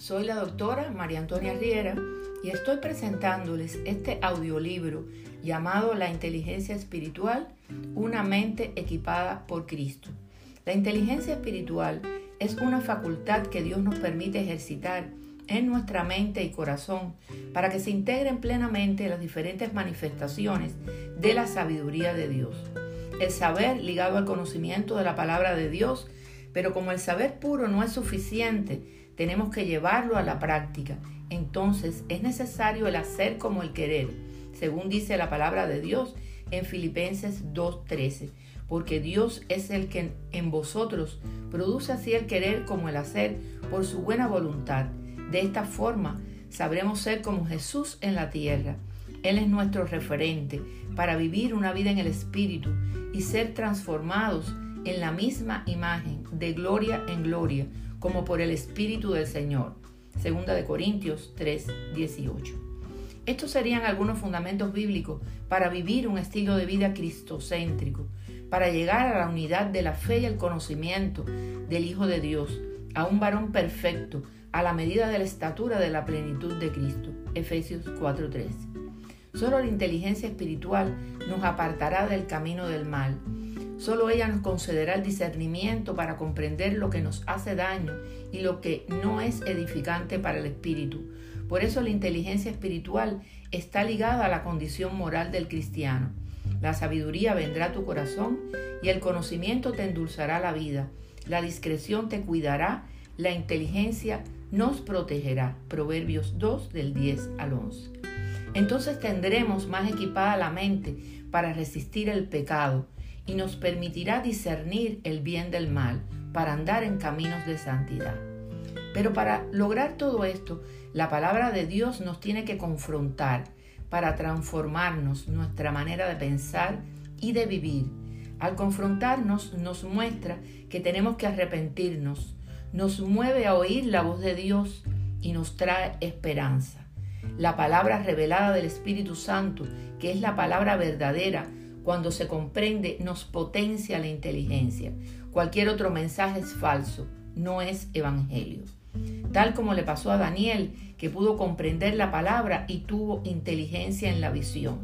Soy la doctora María Antonia Riera y estoy presentándoles este audiolibro llamado La inteligencia espiritual, una mente equipada por Cristo. La inteligencia espiritual es una facultad que Dios nos permite ejercitar en nuestra mente y corazón para que se integren plenamente las diferentes manifestaciones de la sabiduría de Dios. El saber ligado al conocimiento de la palabra de Dios, pero como el saber puro no es suficiente, tenemos que llevarlo a la práctica. Entonces es necesario el hacer como el querer, según dice la palabra de Dios en Filipenses 2:13, porque Dios es el que en vosotros produce así el querer como el hacer por su buena voluntad. De esta forma sabremos ser como Jesús en la tierra. Él es nuestro referente para vivir una vida en el Espíritu y ser transformados en la misma imagen de gloria en gloria, como por el Espíritu del Señor. 2 Corintios 3:18. Estos serían algunos fundamentos bíblicos para vivir un estilo de vida cristocéntrico, para llegar a la unidad de la fe y el conocimiento del Hijo de Dios, a un varón perfecto, a la medida de la estatura de la plenitud de Cristo. Efesios 4:3. Solo la inteligencia espiritual nos apartará del camino del mal. Solo ella nos concederá el discernimiento para comprender lo que nos hace daño y lo que no es edificante para el espíritu. Por eso la inteligencia espiritual está ligada a la condición moral del cristiano. La sabiduría vendrá a tu corazón y el conocimiento te endulzará la vida. La discreción te cuidará, la inteligencia nos protegerá. Proverbios 2 del 10 al 11. Entonces tendremos más equipada la mente para resistir el pecado y nos permitirá discernir el bien del mal para andar en caminos de santidad. Pero para lograr todo esto, la palabra de Dios nos tiene que confrontar para transformarnos nuestra manera de pensar y de vivir. Al confrontarnos, nos muestra que tenemos que arrepentirnos, nos mueve a oír la voz de Dios y nos trae esperanza. La palabra revelada del Espíritu Santo, que es la palabra verdadera, cuando se comprende, nos potencia la inteligencia. Cualquier otro mensaje es falso, no es evangelio. Tal como le pasó a Daniel, que pudo comprender la palabra y tuvo inteligencia en la visión.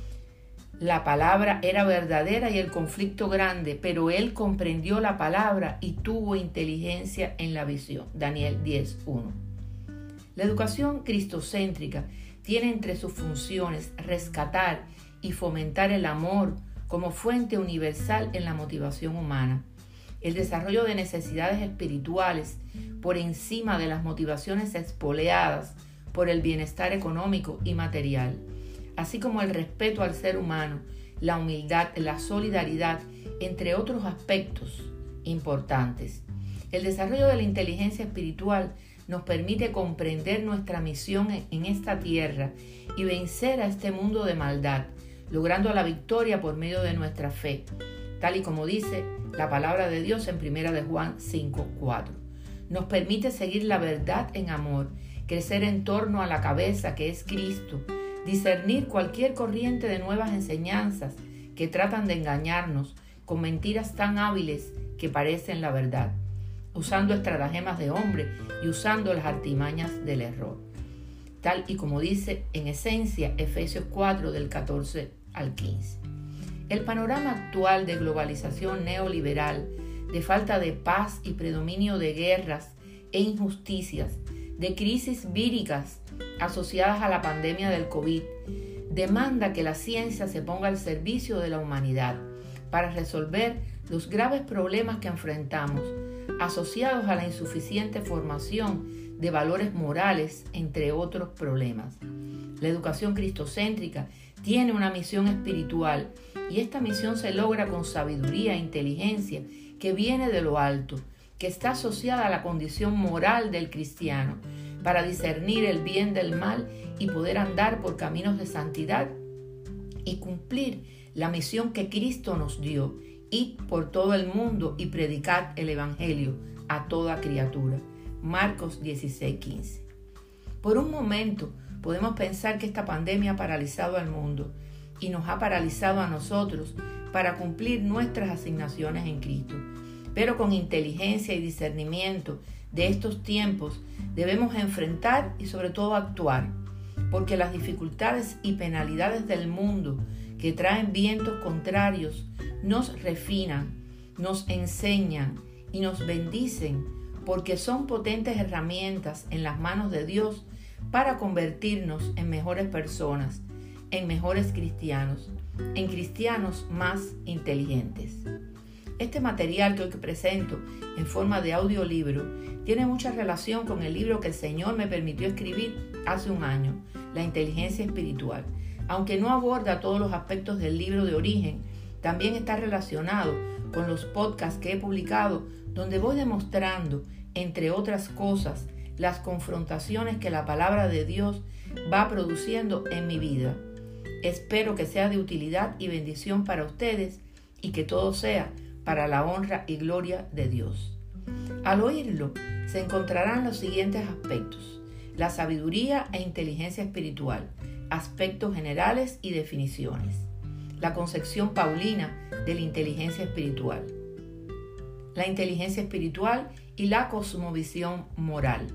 La palabra era verdadera y el conflicto grande, pero él comprendió la palabra y tuvo inteligencia en la visión. Daniel 10:1. La educación cristocéntrica tiene entre sus funciones rescatar y fomentar el amor como fuente universal en la motivación humana, el desarrollo de necesidades espirituales por encima de las motivaciones espoleadas por el bienestar económico y material, así como el respeto al ser humano, la humildad, la solidaridad, entre otros aspectos importantes. El desarrollo de la inteligencia espiritual nos permite comprender nuestra misión en esta tierra y vencer a este mundo de maldad, logrando la victoria por medio de nuestra fe, tal y como dice la palabra de Dios en 1 de Juan 5:4. Nos permite seguir la verdad en amor, crecer en torno a la cabeza que es Cristo, discernir cualquier corriente de nuevas enseñanzas que tratan de engañarnos con mentiras tan hábiles que parecen la verdad, usando estratagemas de hombre y usando las artimañas del error. Tal y como dice en esencia Efesios 4 del 14 al 15. El panorama actual de globalización neoliberal, de falta de paz y predominio de guerras e injusticias, de crisis víricas asociadas a la pandemia del COVID, demanda que la ciencia se ponga al servicio de la humanidad para resolver los graves problemas que enfrentamos, asociados a la insuficiente formación de valores morales, entre otros problemas. La educación cristocéntrica tiene una misión espiritual y esta misión se logra con sabiduría e inteligencia que viene de lo alto, que está asociada a la condición moral del cristiano, para discernir el bien del mal y poder andar por caminos de santidad y cumplir la misión que Cristo nos dio: id por todo el mundo y predicad el evangelio a toda criatura. Marcos 16:15. Por un momento podemos pensar que esta pandemia ha paralizado al mundo y nos ha paralizado a nosotros para cumplir nuestras asignaciones en Cristo. Pero con inteligencia y discernimiento de estos tiempos debemos enfrentar y sobre todo actuar, porque las dificultades y penalidades del mundo que traen vientos contrarios nos refinan, nos enseñan y nos bendicen, porque son potentes herramientas en las manos de Dios para convertirnos en mejores personas, en mejores cristianos, en cristianos más inteligentes. Este material que hoy presento en forma de audiolibro tiene mucha relación con el libro que el Señor me permitió escribir hace un año, La inteligencia espiritual. Aunque no aborda todos los aspectos del libro de origen, también está relacionado con los podcasts que he publicado, donde voy demostrando, entre otras cosas, las confrontaciones que la palabra de Dios va produciendo en mi vida. Espero que sea de utilidad y bendición para ustedes y que todo sea para la honra y gloria de Dios. Al oírlo, se encontrarán los siguientes aspectos: la sabiduría e inteligencia espiritual, aspectos generales y definiciones, la concepción paulina de la inteligencia espiritual, la inteligencia espiritual y la cosmovisión moral,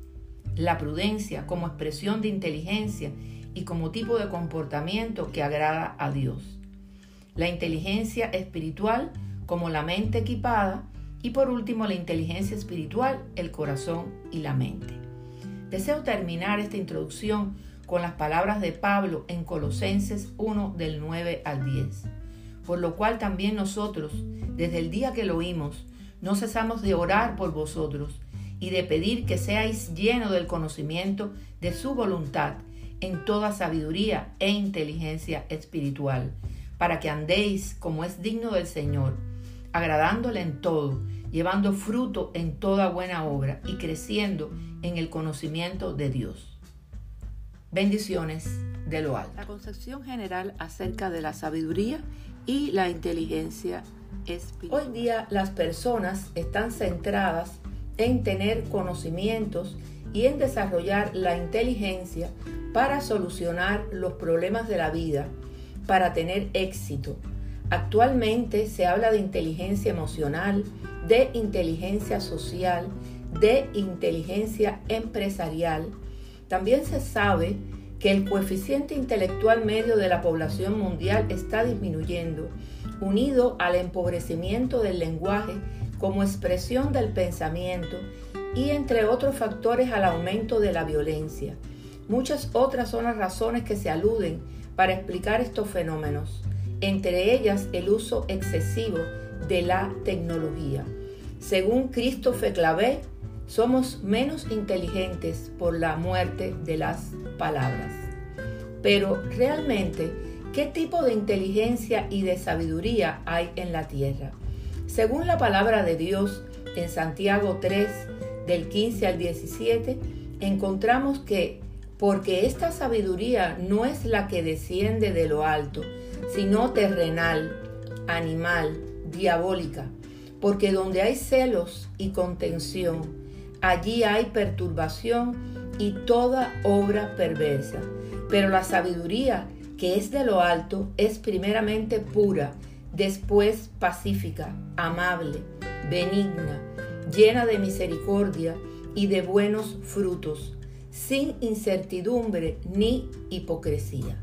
la prudencia como expresión de inteligencia y como tipo de comportamiento que agrada a Dios, la inteligencia espiritual como la mente equipada y por último la inteligencia espiritual, el corazón y la mente. Deseo terminar esta introducción con las palabras de Pablo en Colosenses 1 del 9 al 10, por lo cual también nosotros, desde el día que lo oímos, no cesamos de orar por vosotros y de pedir que seáis llenos del conocimiento de su voluntad en toda sabiduría e inteligencia espiritual, para que andéis como es digno del Señor, agradándole en todo, llevando fruto en toda buena obra y creciendo en el conocimiento de Dios. Bendiciones de lo alto. La concepción general acerca de la sabiduría y la inteligencia espiritual. Hoy día las personas están centradas en tener conocimientos y en desarrollar la inteligencia para solucionar los problemas de la vida, para tener éxito. Actualmente se habla de inteligencia emocional, de inteligencia social, de inteligencia empresarial. También se sabe que el coeficiente intelectual medio de la población mundial está disminuyendo, unido al empobrecimiento del lenguaje como expresión del pensamiento y entre otros factores al aumento de la violencia. Muchas otras son las razones que se aluden para explicar estos fenómenos, entre ellas el uso excesivo de la tecnología. Según Christophe Clavé, somos menos inteligentes por la muerte de las palabras. Pero realmente, ¿qué tipo de inteligencia y de sabiduría hay en la tierra? Según la palabra de Dios, en Santiago 3, del 15 al 17, encontramos que porque esta sabiduría no es la que desciende de lo alto, sino terrenal, animal, diabólica, porque donde hay celos y contención, allí hay perturbación y toda obra perversa. Pero la sabiduría que es de lo alto es primeramente pura, después pacífica, amable, benigna, llena de misericordia y de buenos frutos, sin incertidumbre ni hipocresía.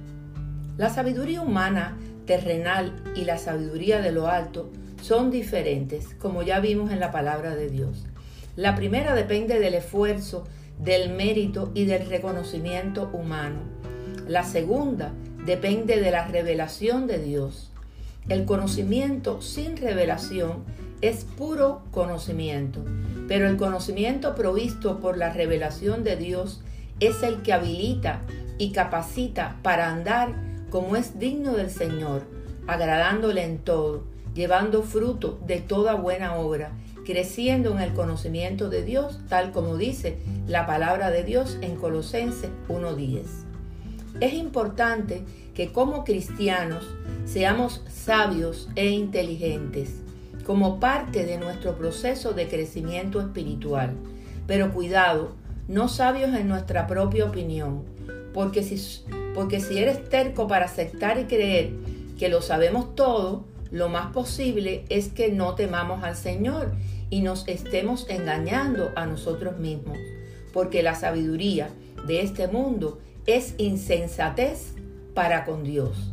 La sabiduría humana, terrenal y la sabiduría de lo alto son diferentes, como ya vimos en la palabra de Dios. La primera depende del esfuerzo, del mérito y del reconocimiento humano. La segunda depende de la revelación de Dios. El conocimiento sin revelación es puro conocimiento, pero el conocimiento provisto por la revelación de Dios es el que habilita y capacita para andar como es digno del Señor, agradándole en todo, llevando fruto de toda buena obra, creciendo en el conocimiento de Dios, tal como dice la palabra de Dios en Colosenses 1:10. Es importante que como cristianos seamos sabios e inteligentes, como parte de nuestro proceso de crecimiento espiritual. Pero cuidado, no sabios en nuestra propia opinión, porque si eres terco para aceptar y creer que lo sabemos todo, lo más posible es que no temamos al Señor y nos estemos engañando a nosotros mismos, porque la sabiduría de este mundo es insensatez para con Dios.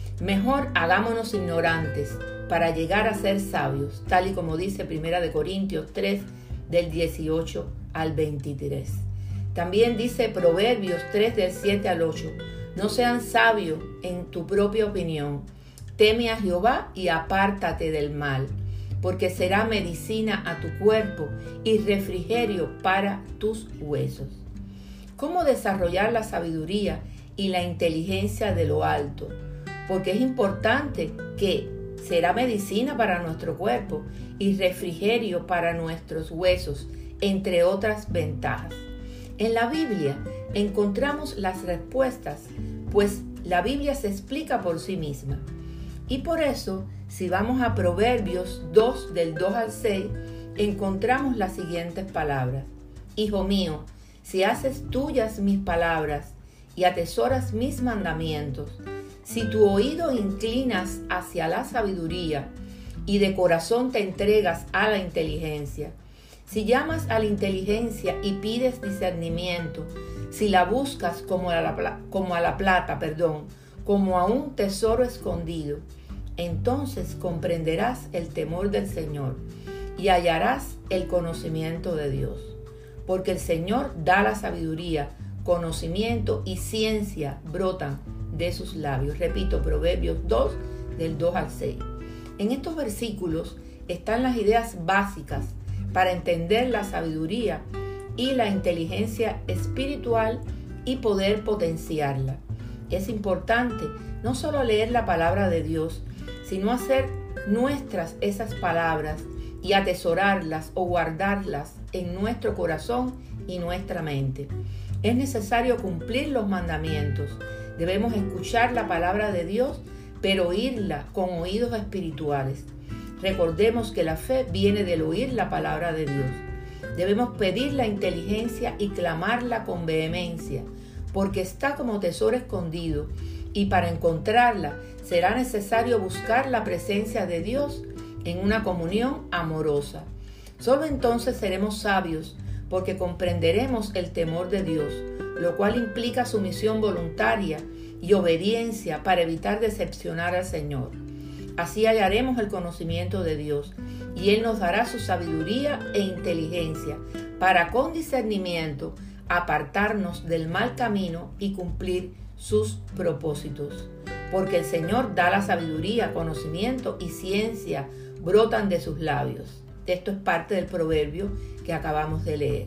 Mejor hagámonos ignorantes para llegar a ser sabios, tal y como dice 1 Corintios 3, del 18 al 23. También dice Proverbios 3, del 7 al 8, no sean sabios en tu propia opinión, teme a Jehová y apártate del mal, porque será medicina a tu cuerpo y refrigerio para tus huesos. ¿Cómo desarrollar la sabiduría y la inteligencia de lo alto? Porque es importante que será medicina para nuestro cuerpo y refrigerio para nuestros huesos, entre otras ventajas. En la Biblia encontramos las respuestas, pues la Biblia se explica por sí misma. Y por eso, si vamos a Proverbios 2, del 2 al 6, encontramos las siguientes palabras. Hijo mío, si haces tuyas mis palabras y atesoras mis mandamientos, si tu oído inclinas hacia la sabiduría y de corazón te entregas a la inteligencia, si llamas a la inteligencia y pides discernimiento, si la buscas como a la plata, como a un tesoro escondido, entonces comprenderás el temor del Señor y hallarás el conocimiento de Dios. Porque el Señor da la sabiduría, conocimiento y ciencia brotan de sus labios. Repito, Proverbios 2, del 2 al 6. En estos versículos están las ideas básicas para entender la sabiduría y la inteligencia espiritual y poder potenciarla. Es importante no solo leer la palabra de Dios, sino hacer nuestras esas palabras y atesorarlas o guardarlas en nuestro corazón y nuestra mente. Es necesario cumplir los mandamientos. Debemos escuchar la palabra de Dios, pero oírla con oídos espirituales. Recordemos que la fe viene del oír la palabra de Dios. Debemos pedir la inteligencia y clamarla con vehemencia, porque está como tesoro escondido, y para encontrarla será necesario buscar la presencia de Dios en una comunión amorosa. Solo entonces seremos sabios, porque comprenderemos el temor de Dios, lo cual implica sumisión voluntaria y obediencia para evitar decepcionar al Señor. Así hallaremos el conocimiento de Dios, y Él nos dará su sabiduría e inteligencia para con discernimiento apartarnos del mal camino y cumplir sus propósitos. Porque el Señor da la sabiduría, conocimiento y ciencia brotan de sus labios. Esto es parte del proverbio que acabamos de leer.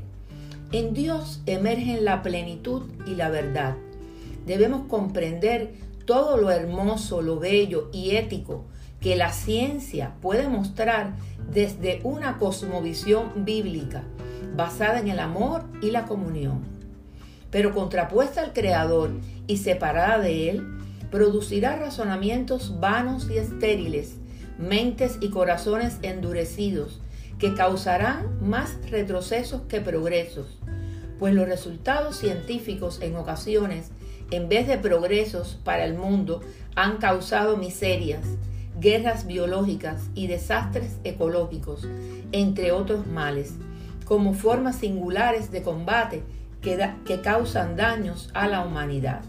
En Dios emergen la plenitud y la verdad. Debemos comprender todo lo hermoso, lo bello y ético que la ciencia puede mostrar desde una cosmovisión bíblica basada en el amor y la comunión. Pero contrapuesta al Creador y separada de Él, producirá razonamientos vanos y estériles, mentes y corazones endurecidos, que causarán más retrocesos que progresos, pues los resultados científicos en ocasiones, en vez de progresos para el mundo, han causado miserias, guerras biológicas y desastres ecológicos, entre otros males, como formas singulares de combate que causan daños a la humanidad.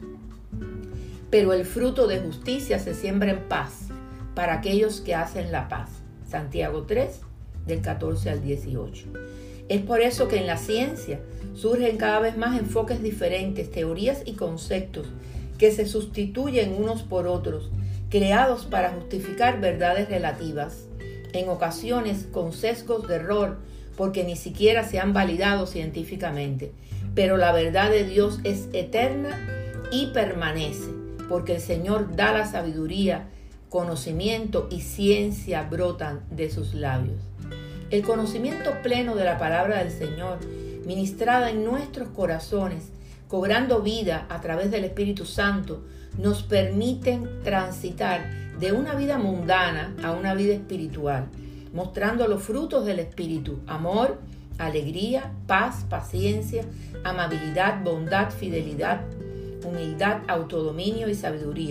Pero el fruto de justicia se siembra en paz para aquellos que hacen la paz. Santiago 3, del 14 al 18. Es por eso que en la ciencia surgen cada vez más enfoques diferentes, teorías y conceptos que se sustituyen unos por otros, creados para justificar verdades relativas, en ocasiones con sesgos de error, porque ni siquiera se han validado científicamente. Pero la verdad de Dios es eterna y permanece, porque el Señor da la sabiduría, conocimiento y ciencia brotan de sus labios. El conocimiento pleno de la palabra del Señor, ministrada en nuestros corazones, cobrando vida a través del Espíritu Santo, nos permiten transitar de una vida mundana a una vida espiritual, mostrando los frutos del Espíritu: amor, alegría, paz, paciencia, amabilidad, bondad, fidelidad, humildad, autodominio y sabiduría.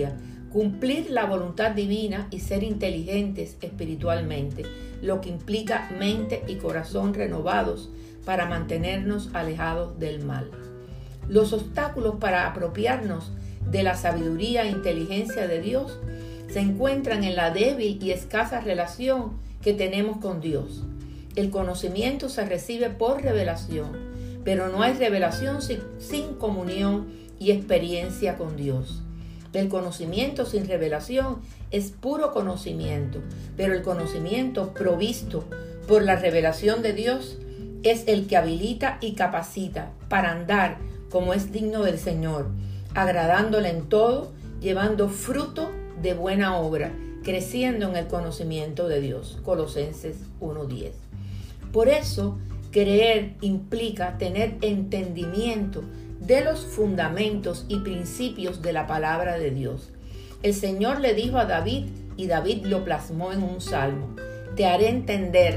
Cumplir la voluntad divina y ser inteligentes espiritualmente, lo que implica mente y corazón renovados para mantenernos alejados del mal. Los obstáculos para apropiarnos de la sabiduría e inteligencia de Dios se encuentran en la débil y escasa relación que tenemos con Dios. El conocimiento se recibe por revelación, pero no hay revelación sin comunión y experiencia con Dios. El conocimiento sin revelación es puro conocimiento, pero el conocimiento provisto por la revelación de Dios es el que habilita y capacita para andar como es digno del Señor, agradándole en todo, llevando fruto de buena obra, creciendo en el conocimiento de Dios. Colosenses 1:10. Por eso, creer implica tener entendimiento de los fundamentos y principios de la palabra de Dios. El Señor le dijo a David, y David lo plasmó en un salmo: te haré entender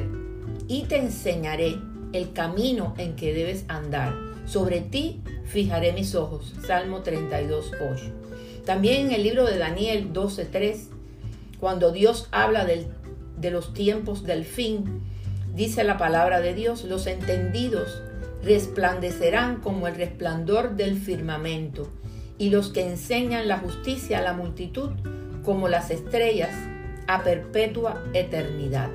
y te enseñaré el camino en que debes andar. Sobre ti fijaré mis ojos. Salmo 32:8. También en el libro de Daniel 12:3, cuando Dios habla de los tiempos del fin, dice la palabra de Dios: los entendidos resplandecerán como el resplandor del firmamento, y los que enseñan la justicia a la multitud como las estrellas a perpetua eternidad.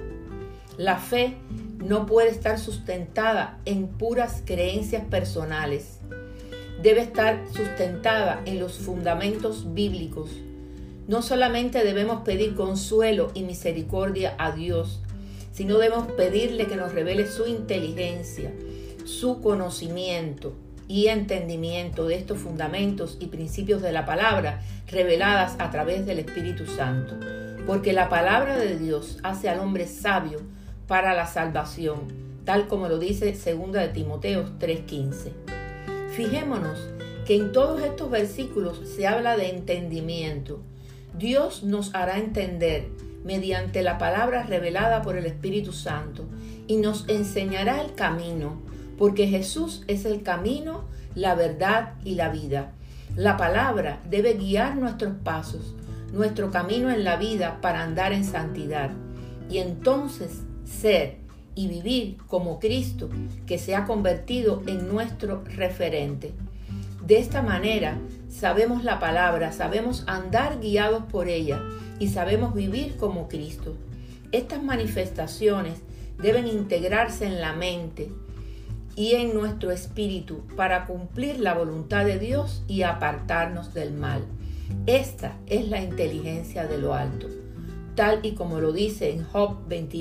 La fe no puede estar sustentada en puras creencias personales. Debe estar sustentada en los fundamentos bíblicos. No solamente debemos pedir consuelo y misericordia a Dios, sino debemos pedirle que nos revele su inteligencia, su conocimiento y entendimiento de estos fundamentos y principios de la palabra reveladas a través del Espíritu Santo. Porque la palabra de Dios hace al hombre sabio para la salvación, tal como lo dice 2 de Timoteo 3:15. Fijémonos que en todos estos versículos se habla de entendimiento. Dios nos hará entender mediante la palabra revelada por el Espíritu Santo y nos enseñará el camino, porque Jesús es el camino, la verdad y la vida. La palabra debe guiar nuestros pasos, nuestro camino en la vida para andar en santidad y entonces ser y vivir como Cristo, que se ha convertido en nuestro referente. De esta manera sabemos la palabra, sabemos andar guiados por ella y sabemos vivir como Cristo. Estas manifestaciones deben integrarse en la mente y en nuestro espíritu para cumplir la voluntad de Dios y apartarnos del mal. Esta es la inteligencia de lo alto, tal y como lo dice en Job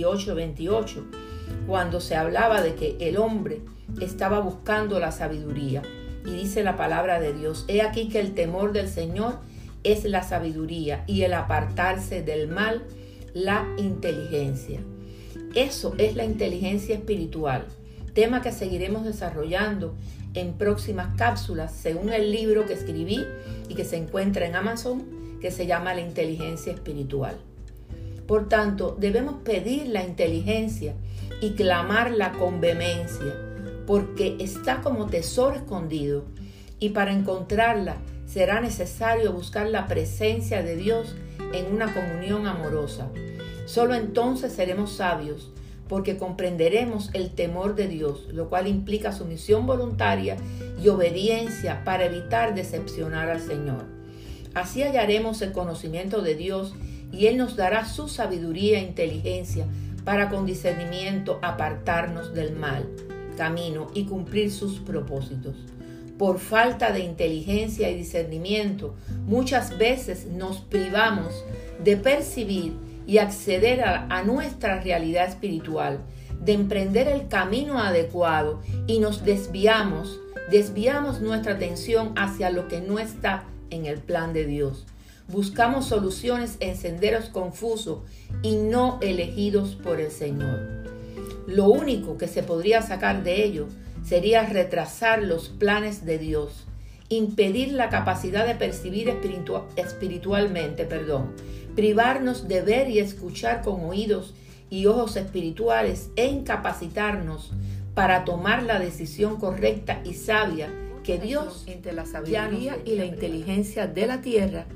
28:28, cuando se hablaba de que el hombre estaba buscando la sabiduría. Y dice la palabra de Dios: he aquí que el temor del Señor es la sabiduría, y el apartarse del mal, la inteligencia. Eso es la inteligencia espiritual, tema que seguiremos desarrollando en próximas cápsulas, según el libro que escribí y que se encuentra en Amazon, que se llama La inteligencia espiritual. Por tanto, debemos pedir la inteligencia y clamarla con vehemencia, porque está como tesoro escondido, y para encontrarla será necesario buscar la presencia de Dios en una comunión amorosa. Solo entonces seremos sabios, porque comprenderemos el temor de Dios, lo cual implica sumisión voluntaria y obediencia para evitar decepcionar al Señor. Así hallaremos el conocimiento de Dios y Él nos dará su sabiduría e inteligencia para con discernimiento apartarnos del mal camino y cumplir sus propósitos. Por falta de inteligencia y discernimiento, muchas veces nos privamos de percibir y acceder a nuestra realidad espiritual, de emprender el camino adecuado, y nos desviamos nuestra atención hacia lo que no está en el plan de Dios. Buscamos soluciones en senderos confusos y no elegidos por el Señor. Lo único que se podría sacar de ello sería retrasar los planes de Dios, impedir la capacidad de percibir espiritualmente, privarnos de ver y escuchar con oídos y ojos espirituales e incapacitarnos para tomar la decisión correcta y sabia que Dios, entre la sabiduría y la inteligencia de la tierra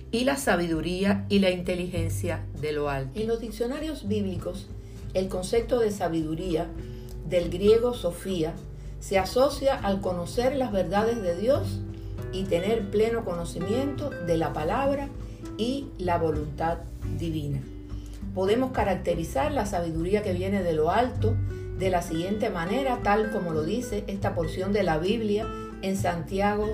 y la sabiduría y la inteligencia de lo alto. En los diccionarios bíblicos, el concepto de sabiduría, del griego sofía, se asocia al conocer las verdades de Dios y tener pleno conocimiento de la palabra y la voluntad divina. Podemos caracterizar la sabiduría que viene de lo alto de la siguiente manera, tal como lo dice esta porción de la Biblia en Santiago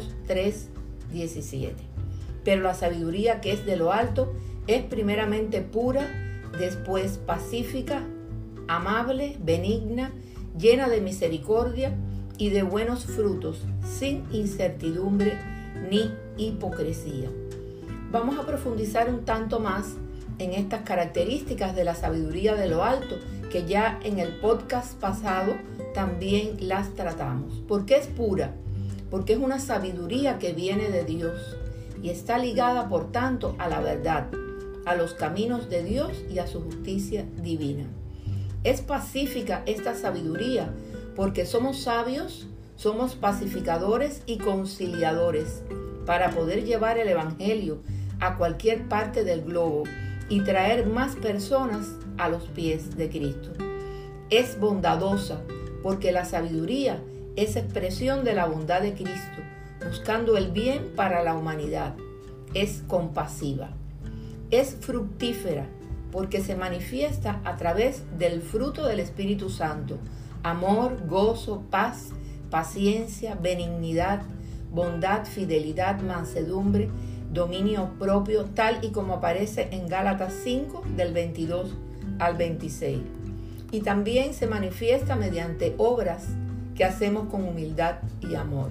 3:17. Pero la sabiduría que es de lo alto es primeramente pura, después pacífica, amable, benigna, llena de misericordia y de buenos frutos, sin incertidumbre ni hipocresía. Vamos a profundizar un tanto más en estas características de la sabiduría de lo alto, que ya en el podcast pasado también las tratamos. ¿Por qué es pura? Porque es una sabiduría que viene de Dios y está ligada, por tanto, a la verdad, a los caminos de Dios y a su justicia divina. Es pacífica esta sabiduría porque somos sabios, somos pacificadores y conciliadores para poder llevar el evangelio a cualquier parte del globo y traer más personas a los pies de Cristo. Es bondadosa porque la sabiduría es expresión de la bondad de Cristo, buscando el bien para la humanidad. Es compasiva. Es fructífera porque se manifiesta a través del fruto del Espíritu Santo: amor, gozo, paz, paciencia, benignidad, bondad, fidelidad, mansedumbre, dominio propio, tal y como aparece en Gálatas 5, del 22 al 26. Y también se manifiesta mediante obras que hacemos con humildad y amor.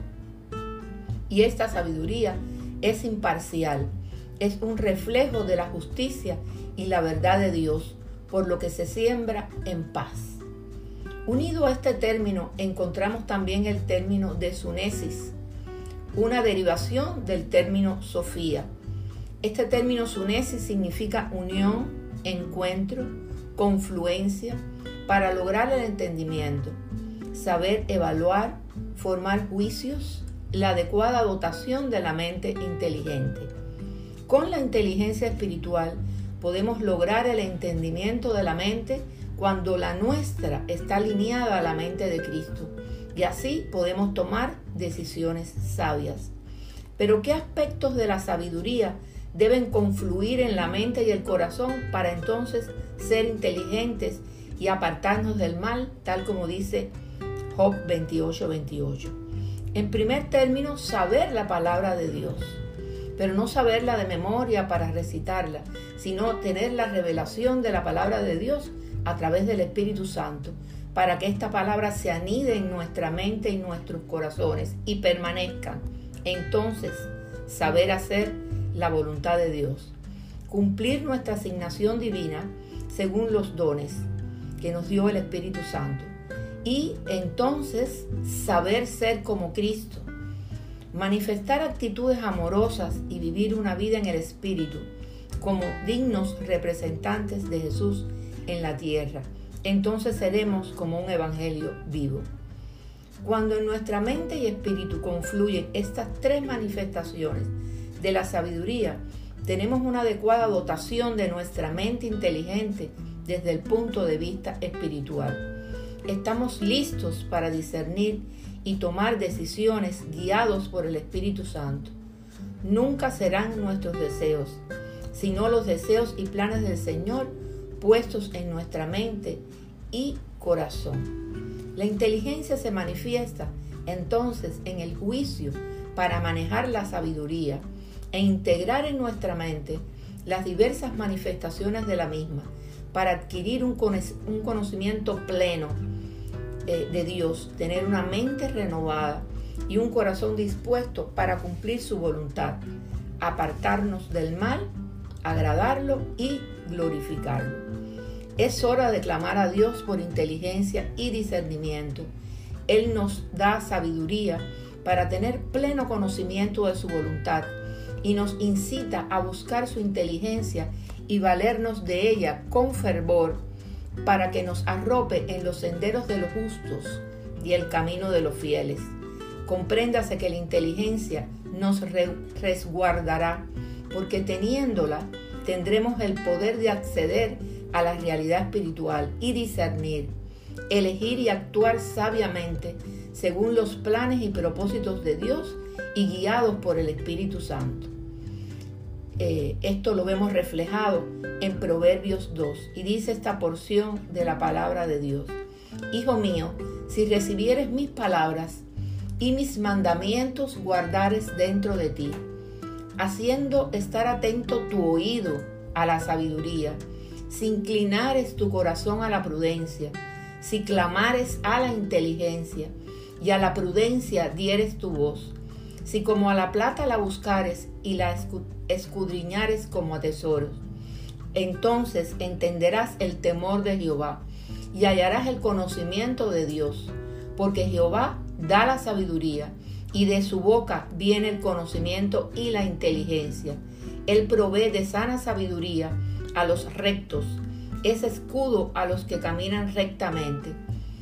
Y esta sabiduría es imparcial, es un reflejo de la justicia y la verdad de Dios, por lo que se siembra en paz. Unido a este término encontramos también el término de sunesis, una derivación del término sofía. Este término sunesis significa unión, encuentro, confluencia, para lograr el entendimiento, saber evaluar, formar juicios, la adecuada dotación de la mente inteligente. Con la inteligencia espiritual podemos lograr el entendimiento de la mente cuando la nuestra está alineada a la mente de Cristo, y así podemos tomar decisiones sabias. Pero ¿qué aspectos de la sabiduría deben confluir en la mente y el corazón para entonces ser inteligentes y apartarnos del mal, tal como dice Job 28:28? En primer término, saber la palabra de Dios, pero no saberla de memoria para recitarla, sino tener la revelación de la palabra de Dios a través del Espíritu Santo, para que esta palabra se anide en nuestra mente y nuestros corazones y permanezcan. Entonces, saber hacer la voluntad de Dios, cumplir nuestra asignación divina según los dones que nos dio el Espíritu Santo, y entonces saber ser como Cristo, manifestar actitudes amorosas y vivir una vida en el Espíritu como dignos representantes de Jesús en la tierra. Entonces seremos como un evangelio vivo. Cuando en nuestra mente y espíritu confluyen estas tres manifestaciones de la sabiduría, tenemos una adecuada dotación de nuestra mente inteligente desde el punto de vista espiritual. Estamos listos para discernir y tomar decisiones guiados por el Espíritu Santo. Nunca serán nuestros deseos, sino los deseos y planes del Señor puestos en nuestra mente y corazón. La inteligencia se manifiesta entonces en el juicio para manejar la sabiduría e integrar en nuestra mente las diversas manifestaciones de la misma para adquirir un conocimiento pleno de Dios, tener una mente renovada y un corazón dispuesto para cumplir su voluntad, apartarnos del mal, agradarlo y glorificarlo. Es hora de clamar a Dios por inteligencia y discernimiento. Él nos da sabiduría para tener pleno conocimiento de su voluntad y nos incita a buscar su inteligencia y valernos de ella con fervor para que nos arrope en los senderos de los justos y el camino de los fieles. Compréndase que la inteligencia nos resguardará porque teniéndola tendremos el poder de acceder a la realidad espiritual y discernir, elegir y actuar sabiamente según los planes y propósitos de Dios y guiados por el Espíritu Santo. Esto lo vemos reflejado en Proverbios 2 y dice esta porción de la palabra de Dios: Hijo mío, si recibieres mis palabras y mis mandamientos guardares dentro de ti, haciendo estar atento tu oído a la sabiduría, si inclinares tu corazón a la prudencia, si clamares a la inteligencia y a la prudencia dieres tu voz, si como a la plata la buscares y la escudriñares como a tesoros, entonces entenderás el temor de Jehová y hallarás el conocimiento de Dios, porque Jehová da la sabiduría y de su boca viene el conocimiento y la inteligencia. Él provee de sana sabiduría a los rectos, es escudo a los que caminan rectamente.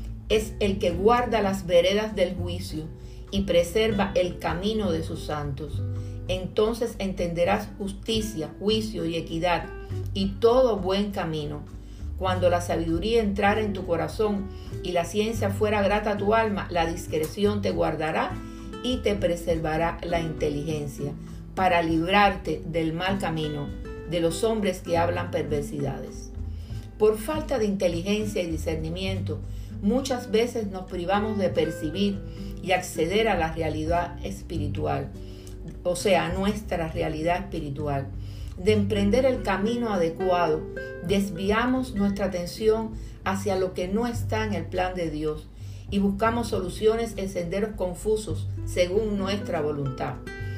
Es el que guarda las veredas del juicio y preserva el camino de sus santos. Entonces entenderás justicia, juicio y equidad y todo buen camino. Cuando la sabiduría entrara en tu corazón y la ciencia fuera grata a tu alma, la discreción te guardará y te preservará la inteligencia, para librarte del mal camino de los hombres que hablan perversidades. Por falta de inteligencia y discernimiento, muchas veces nos privamos de percibir y acceder a la realidad espiritual, o sea, a nuestra realidad espiritual. De emprender el camino adecuado, desviamos nuestra atención hacia lo que no está en el plan de Dios y buscamos soluciones en senderos confusos según nuestra voluntad.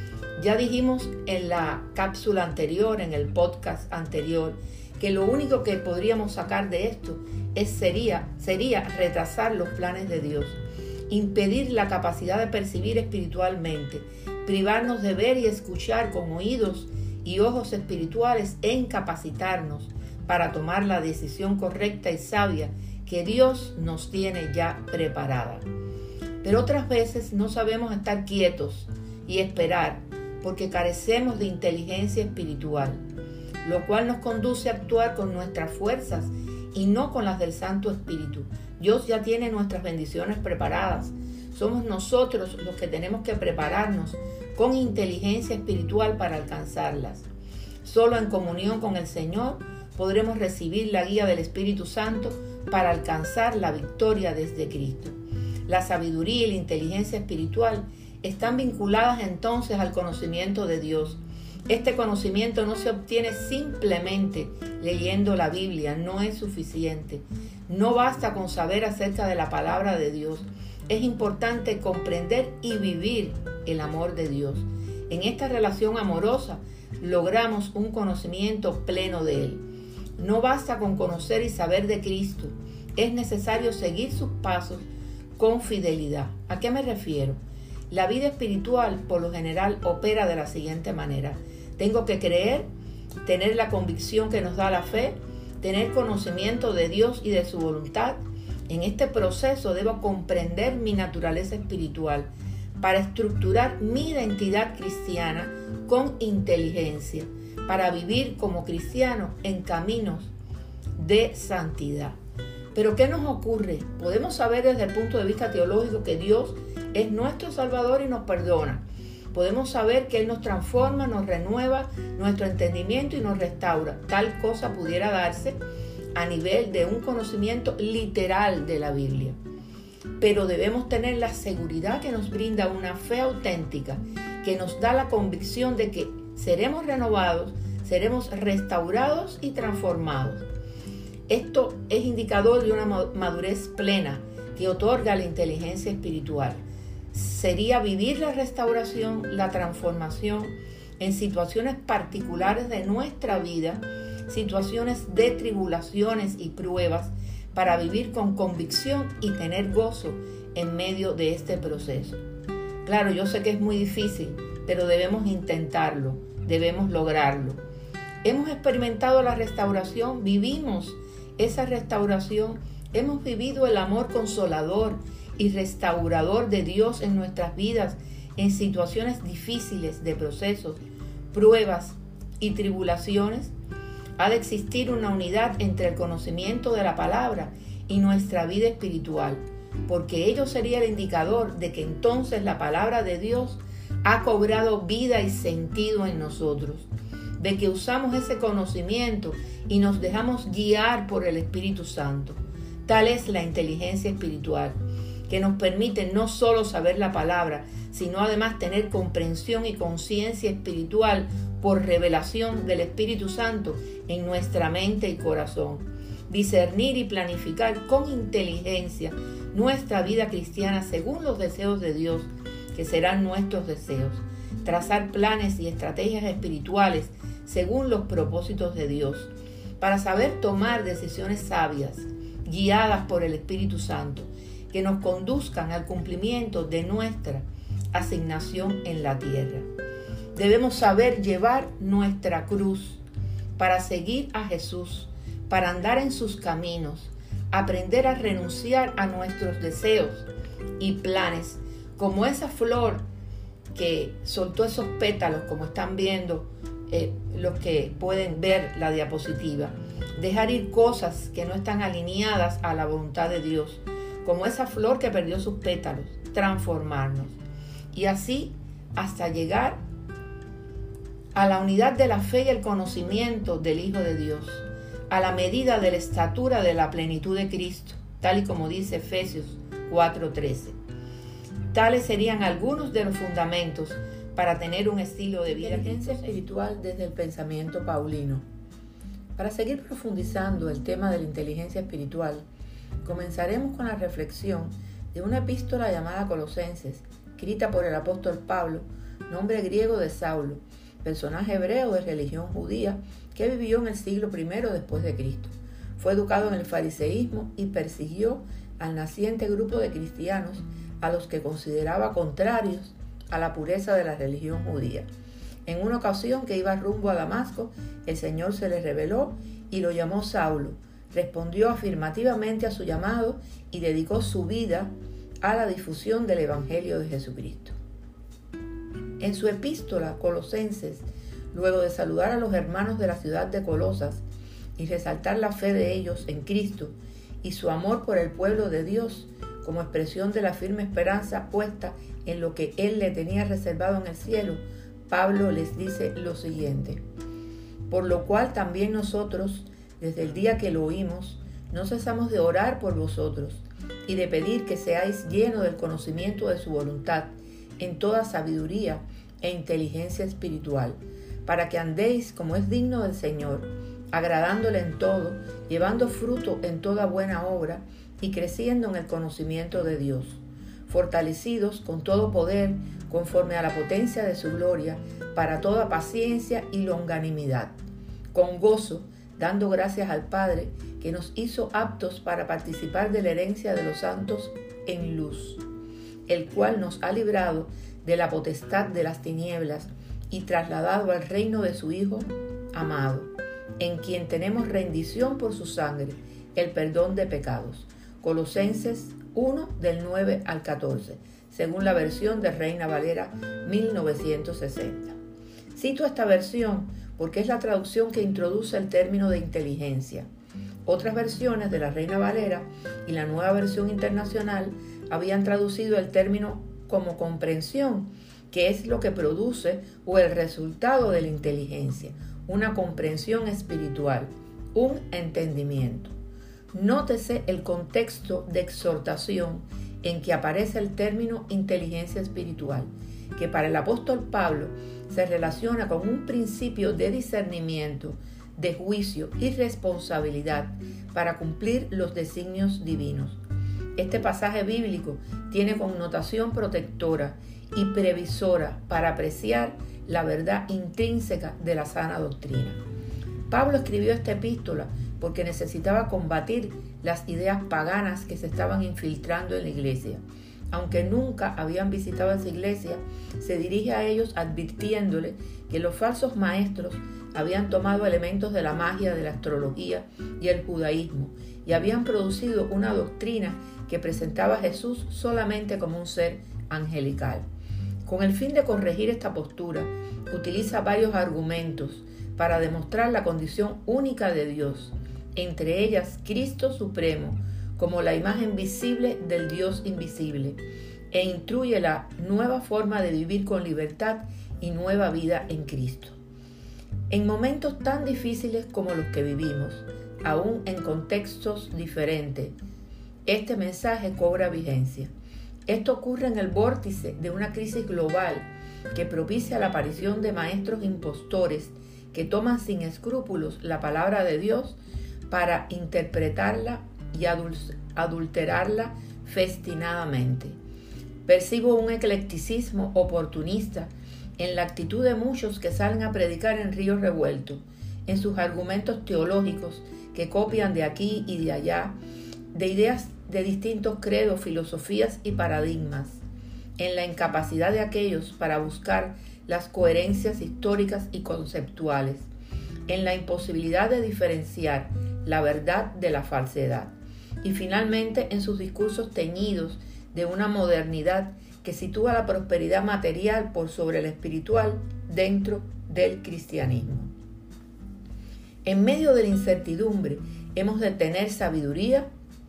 Ya dijimos en la cápsula anterior, en el podcast anterior, que lo único que podríamos sacar de esto sería retrasar los planes de Dios, impedir la capacidad de percibir espiritualmente, privarnos de ver y escuchar con oídos y ojos espirituales e incapacitarnos para tomar la decisión correcta y sabia que Dios nos tiene ya preparada. Pero otras veces no sabemos estar quietos y esperar porque carecemos de inteligencia espiritual, lo cual nos conduce a actuar con nuestras fuerzas y no con las del Santo Espíritu. Dios ya tiene nuestras bendiciones preparadas. Somos nosotros los que tenemos que prepararnos con inteligencia espiritual para alcanzarlas. Solo en comunión con el Señor podremos recibir la guía del Espíritu Santo para alcanzar la victoria desde Cristo. La sabiduría y la inteligencia espiritual están vinculadas entonces al conocimiento de Dios. Este conocimiento no se obtiene simplemente leyendo la Biblia, no es suficiente. No basta con saber acerca de la palabra de Dios. Es importante comprender y vivir el amor de Dios. En esta relación amorosa logramos un conocimiento pleno de Él. No basta con conocer y saber de Cristo. Es necesario seguir sus pasos con fidelidad. ¿A qué me refiero? La vida espiritual, por lo general, opera de la siguiente manera. Tengo que creer, tener la convicción que nos da la fe, tener conocimiento de Dios y de su voluntad. En este proceso debo comprender mi naturaleza espiritual para estructurar mi identidad cristiana con inteligencia, para vivir como cristiano en caminos de santidad. Pero ¿qué nos ocurre? Podemos saber desde el punto de vista teológico que Dios es nuestro Salvador y nos perdona. Podemos saber que Él nos transforma, nos renueva nuestro entendimiento y nos restaura. Tal cosa pudiera darse a nivel de un conocimiento literal de la Biblia. Pero debemos tener la seguridad que nos brinda una fe auténtica, que nos da la convicción de que seremos renovados, seremos restaurados y transformados. Esto es indicador de una madurez plena que otorga la inteligencia espiritual. Sería vivir la restauración, la transformación en situaciones particulares de nuestra vida, situaciones de tribulaciones y pruebas, para vivir con convicción y tener gozo en medio de este proceso. Claro, yo sé que es muy difícil, pero debemos intentarlo, debemos lograrlo. Hemos experimentado la restauración, vivimos esa restauración, hemos vivido el amor consolador y restaurador de Dios en nuestras vidas en situaciones difíciles de procesos, pruebas y tribulaciones, ha de existir una unidad entre el conocimiento de la palabra y nuestra vida espiritual, porque ello sería el indicador de que entonces la palabra de Dios ha cobrado vida y sentido en nosotros, de que usamos ese conocimiento y nos dejamos guiar por el Espíritu Santo. Tal es la inteligencia espiritual, que nos permite no solo saber la palabra, sino además tener comprensión y conciencia espiritual por revelación del Espíritu Santo en nuestra mente y corazón. Discernir y planificar con inteligencia nuestra vida cristiana según los deseos de Dios, que serán nuestros deseos. Trazar planes y estrategias espirituales según los propósitos de Dios, para saber tomar decisiones sabias, guiadas por el Espíritu Santo, que nos conduzcan al cumplimiento de nuestra asignación en la tierra. Debemos saber llevar nuestra cruz para seguir a Jesús, para andar en sus caminos, aprender a renunciar a nuestros deseos y planes, como esa flor que soltó esos pétalos, como están viendo los que pueden ver la diapositiva. Dejar ir cosas que no están alineadas a la voluntad de Dios, como esa flor que perdió sus pétalos, transformarnos. Y así hasta llegar a la unidad de la fe y el conocimiento del Hijo de Dios, a la medida de la estatura de la plenitud de Cristo, tal y como dice Efesios 4:13. Tales serían algunos de los fundamentos para tener un estilo de vida. Inteligencia espiritual desde el pensamiento paulino. Para seguir profundizando el tema de la inteligencia espiritual, comenzaremos con la reflexión de una epístola llamada Colosenses, escrita por el apóstol Pablo, nombre griego de Saulo, personaje hebreo de religión judía que vivió en el siglo I después de Cristo. Fue educado en el fariseísmo y persiguió al naciente grupo de cristianos a los que consideraba contrarios a la pureza de la religión judía. En una ocasión que iba rumbo a Damasco, el Señor se le reveló y lo llamó Saulo. Respondió afirmativamente a su llamado y dedicó su vida a la difusión del Evangelio de Jesucristo. En su epístola Colosenses, luego de saludar a los hermanos de la ciudad de Colosas y resaltar la fe de ellos en Cristo y su amor por el pueblo de Dios como expresión de la firme esperanza puesta en lo que Él le tenía reservado en el cielo, Pablo les dice lo siguiente: por lo cual también nosotros, desde el día que lo oímos, no cesamos de orar por vosotros y de pedir que seáis llenos del conocimiento de su voluntad, en toda sabiduría e inteligencia espiritual, para que andéis como es digno del Señor, agradándole en todo, llevando fruto en toda buena obra y creciendo en el conocimiento de Dios, fortalecidos con todo poder conforme a la potencia de su gloria, para toda paciencia y longanimidad, con gozo, dando gracias al Padre que nos hizo aptos para participar de la herencia de los santos en luz, el cual nos ha librado de la potestad de las tinieblas y trasladado al reino de su Hijo amado, en quien tenemos rendición por su sangre, el perdón de pecados. Colosenses 1, del 9 al 14, según la versión de Reina Valera 1960. Cito esta versión porque es la traducción que introduce el término de inteligencia. Otras versiones de la Reina Valera y la Nueva Versión Internacional habían traducido el término como comprensión, que es lo que produce o el resultado de la inteligencia, una comprensión espiritual, un entendimiento. Nótese el contexto de exhortación en que aparece el término inteligencia espiritual, que para el apóstol Pablo se relaciona con un principio de discernimiento, de juicio y responsabilidad para cumplir los designios divinos. Este pasaje bíblico tiene connotación protectora y previsora para apreciar la verdad intrínseca de la sana doctrina. Pablo escribió esta epístola porque necesitaba combatir las ideas paganas que se estaban infiltrando en la iglesia. Aunque nunca habían visitado esa iglesia, se dirige a ellos advirtiéndole que los falsos maestros habían tomado elementos de la magia, de la astrología y el judaísmo y habían producido una doctrina que presentaba a Jesús solamente como un ser angelical. Con el fin de corregir esta postura, utiliza varios argumentos para demostrar la condición única de Dios, entre ellas Cristo Supremo, como la imagen visible del Dios invisible, e instruye la nueva forma de vivir con libertad y nueva vida en Cristo. En momentos tan difíciles como los que vivimos, aún en contextos diferentes, este mensaje cobra vigencia. Esto ocurre en el vórtice de una crisis global que propicia la aparición de maestros impostores que toman sin escrúpulos la palabra de Dios para interpretarla y adulterarla festinadamente. Percibo un eclecticismo oportunista en la actitud de muchos que salen a predicar en río revuelto, en sus argumentos teológicos que copian de aquí y de allá, de ideas de distintos credos, filosofías y paradigmas, en la incapacidad de aquellos para buscar las coherencias históricas y conceptuales, en la imposibilidad de diferenciar la verdad de la falsedad, y finalmente en sus discursos teñidos de una modernidad que sitúa la prosperidad material por sobre la espiritual dentro del cristianismo. En medio de la incertidumbre hemos de tener sabiduría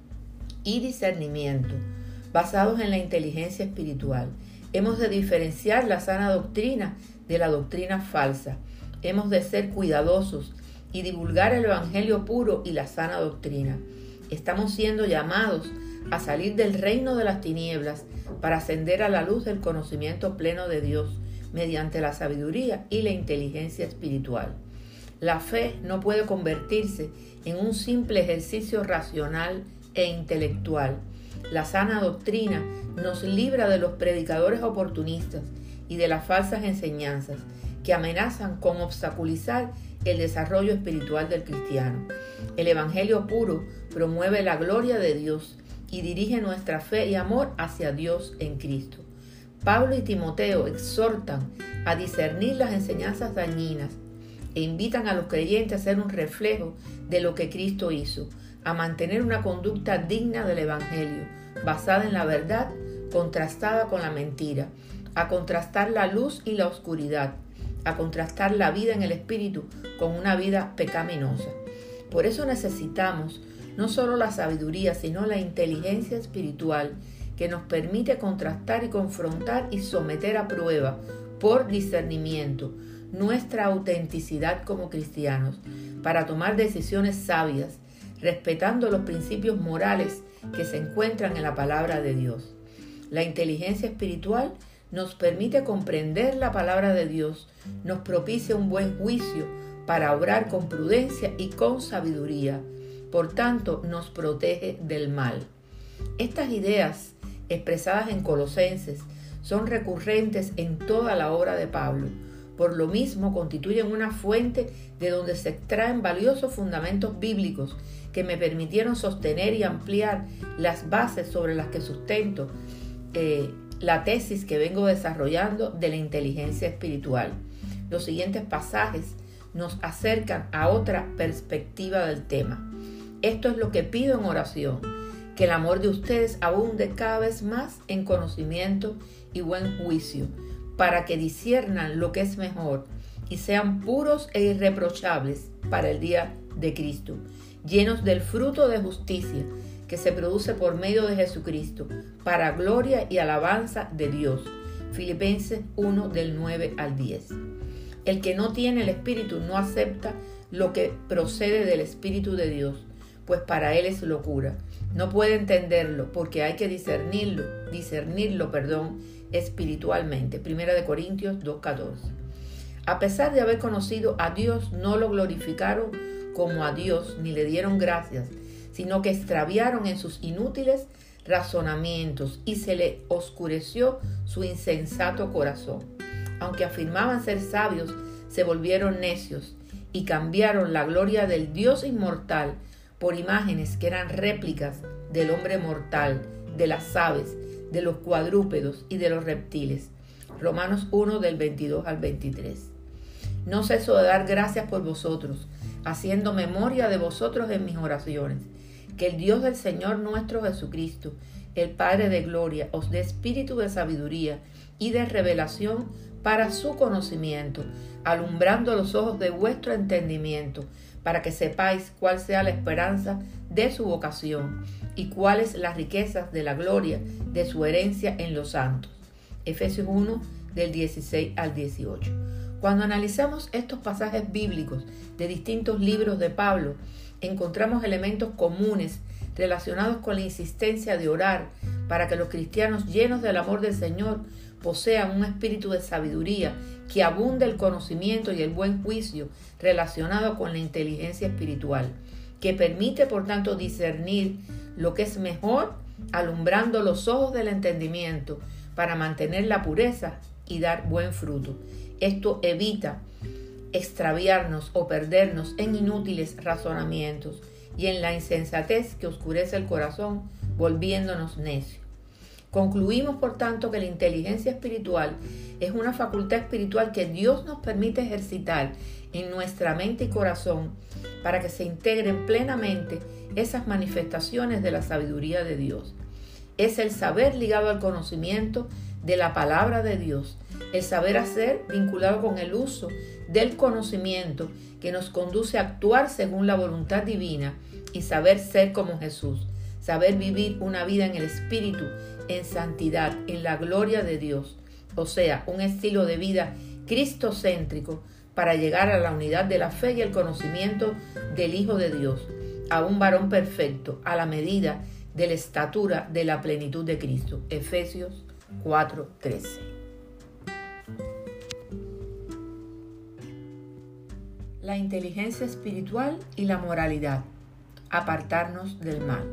y discernimiento basados en la inteligencia espiritual. Hemos de diferenciar la sana doctrina de la doctrina falsa. Hemos de ser cuidadosos y divulgar el evangelio puro y la sana doctrina. Estamos siendo llamados a salir del reino de las tinieblas para ascender a la luz del conocimiento pleno de Dios mediante la sabiduría y la inteligencia espiritual. La fe no puede convertirse en un simple ejercicio racional e intelectual. La sana doctrina nos libra de los predicadores oportunistas y de las falsas enseñanzas que amenazan con obstaculizar el desarrollo espiritual del cristiano. El evangelio puro promueve la gloria de Dios y dirige nuestra fe y amor hacia Dios en Cristo. Pablo y Timoteo exhortan a discernir las enseñanzas dañinas e invitan a los creyentes a ser un reflejo de lo que Cristo hizo, a mantener una conducta digna del evangelio, basada en la verdad, contrastada con la mentira, a contrastar la luz y la oscuridad, a contrastar la vida en el espíritu con una vida pecaminosa. Por eso necesitamos no solo la sabiduría, sino la inteligencia espiritual que nos permite contrastar y confrontar y someter a prueba por discernimiento nuestra autenticidad como cristianos para tomar decisiones sabias, respetando los principios morales que se encuentran en la palabra de Dios. La inteligencia espiritual nos permite comprender la palabra de Dios, nos propicia un buen juicio para obrar con prudencia y con sabiduría. Por tanto, nos protege del mal. Estas ideas, expresadas en Colosenses, son recurrentes en toda la obra de Pablo. Por lo mismo, constituyen una fuente de donde se extraen valiosos fundamentos bíblicos que me permitieron sostener y ampliar las bases sobre las que sustento la tesis que vengo desarrollando de la inteligencia espiritual. Los siguientes pasajes nos acercan a otra perspectiva del tema. Esto es lo que pido en oración, que el amor de ustedes abunde cada vez más en conocimiento y buen juicio, para que disciernan lo que es mejor y sean puros e irreprochables para el día de Cristo, llenos del fruto de justicia que se produce por medio de Jesucristo, para gloria y alabanza de Dios. Filipenses 1, del 9 al 10. El que no tiene el Espíritu no acepta lo que procede del Espíritu de Dios, pues para él es locura. No puede entenderlo porque hay que discernirlo, espiritualmente. 1 Corintios 2:14. A pesar de haber conocido a Dios, no lo glorificaron como a Dios ni le dieron gracias, sino que extraviaron en sus inútiles razonamientos y se le oscureció su insensato corazón. Aunque afirmaban ser sabios, se volvieron necios y cambiaron la gloria del Dios inmortal por imágenes que eran réplicas del hombre mortal, de las aves, de los cuadrúpedos y de los reptiles. Romanos 1, del 22 al 23. No ceso de dar gracias por vosotros, haciendo memoria de vosotros en mis oraciones. Que el Dios del Señor nuestro Jesucristo, el Padre de gloria, os dé espíritu de sabiduría y de revelación para su conocimiento, alumbrando los ojos de vuestro entendimiento, para que sepáis cuál sea la esperanza de su vocación y cuáles las riquezas de la gloria de su herencia en los santos. Efesios 1, del 16 al 18. Cuando analizamos estos pasajes bíblicos de distintos libros de Pablo, encontramos elementos comunes relacionados con la insistencia de orar para que los cristianos llenos del amor del Señor posean un espíritu de sabiduría, que abunde el conocimiento y el buen juicio relacionado con la inteligencia espiritual, que permite por tanto discernir lo que es mejor, alumbrando los ojos del entendimiento para mantener la pureza y dar buen fruto. Esto evita extraviarnos o perdernos en inútiles razonamientos y en la insensatez que oscurece el corazón, volviéndonos necios. Concluimos, por tanto, que la inteligencia espiritual es una facultad espiritual que Dios nos permite ejercitar en nuestra mente y corazón para que se integren plenamente esas manifestaciones de la sabiduría de Dios. Es el saber ligado al conocimiento de la palabra de Dios, el saber hacer vinculado con el uso del conocimiento que nos conduce a actuar según la voluntad divina y saber ser como Jesús, saber vivir una vida en el Espíritu, en santidad, en la gloria de Dios, o sea, un estilo de vida cristocéntrico para llegar a la unidad de la fe y el conocimiento del Hijo de Dios, a un varón perfecto, a la medida de la estatura de la plenitud de Cristo. Efesios 4:13. La inteligencia espiritual y la moralidad. Apartarnos del mal.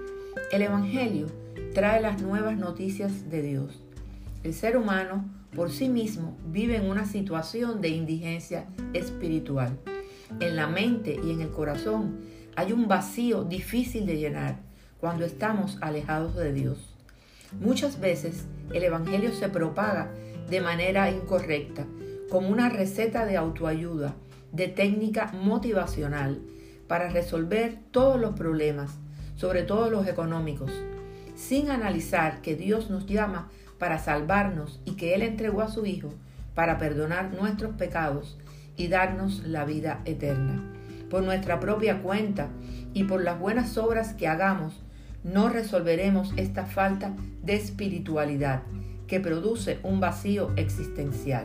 El Evangelio trae las nuevas noticias de Dios. El ser humano por sí mismo vive en una situación de indigencia espiritual. En la mente y en el corazón hay un vacío difícil de llenar cuando estamos alejados de Dios. Muchas veces el Evangelio se propaga de manera incorrecta, como una receta de autoayuda, de técnica motivacional para resolver todos los problemas, sobre todo los económicos, sin analizar que Dios nos llama para salvarnos y que Él entregó a su Hijo para perdonar nuestros pecados y darnos la vida eterna. Por nuestra propia cuenta y por las buenas obras que hagamos, no resolveremos esta falta de espiritualidad que produce un vacío existencial.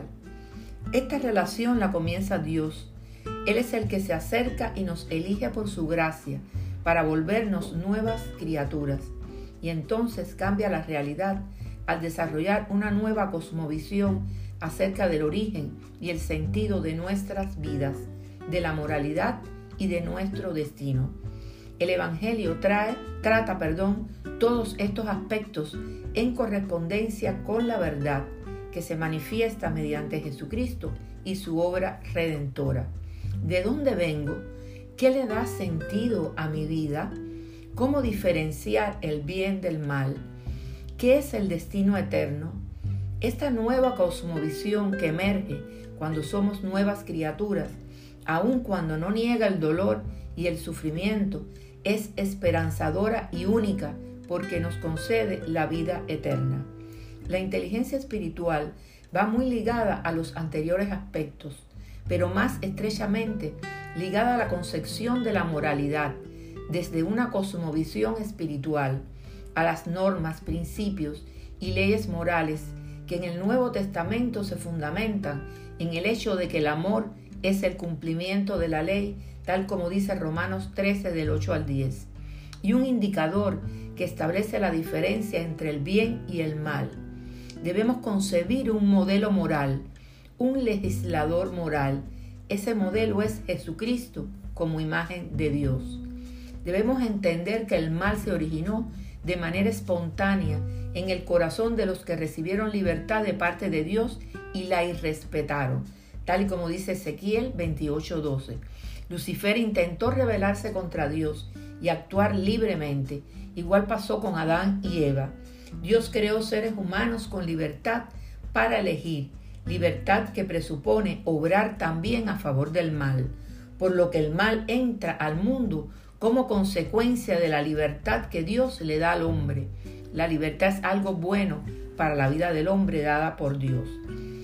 Esta relación la comienza Dios. Él es el que se acerca y nos elige por su gracia para volvernos nuevas criaturas. Y entonces cambia la realidad al desarrollar una nueva cosmovisión acerca del origen y el sentido de nuestras vidas, de la moralidad y de nuestro destino. El Evangelio trata todos estos aspectos en correspondencia con la verdad que se manifiesta mediante Jesucristo y su obra redentora. ¿De dónde vengo? ¿Qué le da sentido a mi vida? ¿Cómo diferenciar el bien del mal? ¿Qué es el destino eterno? Esta nueva cosmovisión que emerge cuando somos nuevas criaturas, aun cuando no niega el dolor y el sufrimiento, es esperanzadora y única porque nos concede la vida eterna. La inteligencia espiritual va muy ligada a los anteriores aspectos, pero más estrechamente ligada a la concepción de la moralidad desde una cosmovisión espiritual, a las normas, principios y leyes morales que en el Nuevo Testamento se fundamentan en el hecho de que el amor es el cumplimiento de la ley, tal como dice Romanos 13 del 8 al 10, y un indicador que establece la diferencia entre el bien y el mal. Debemos concebir un modelo moral, un legislador moral. Ese modelo es Jesucristo como imagen de Dios. Debemos entender que el mal se originó de manera espontánea en el corazón de los que recibieron libertad de parte de Dios y la irrespetaron, tal y como dice Ezequiel 28:12. Lucifer intentó rebelarse contra Dios y actuar libremente. Igual pasó con Adán y Eva. Dios creó seres humanos con libertad para elegir, libertad que presupone obrar también a favor del mal, por lo que el mal entra al mundo como consecuencia de la libertad que Dios le da al hombre. La libertad es algo bueno para la vida del hombre dada por Dios.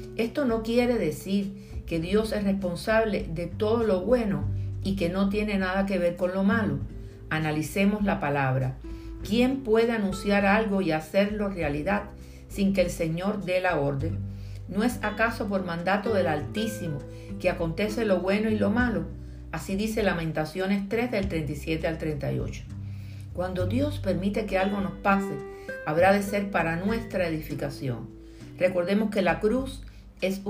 Esto no quiere decir que Dios es responsable de todo lo bueno y que no tiene nada que ver con lo malo. Analicemos la palabra. ¿Quién puede anunciar algo y hacerlo realidad sin que el Señor dé la orden? ¿No es acaso por mandato del Altísimo que acontece lo bueno y lo malo? Así dice Lamentaciones 3 del 37 al 38. Cuando Dios permite que algo nos pase, habrá de ser para nuestra edificación. Recordemos que la cruz es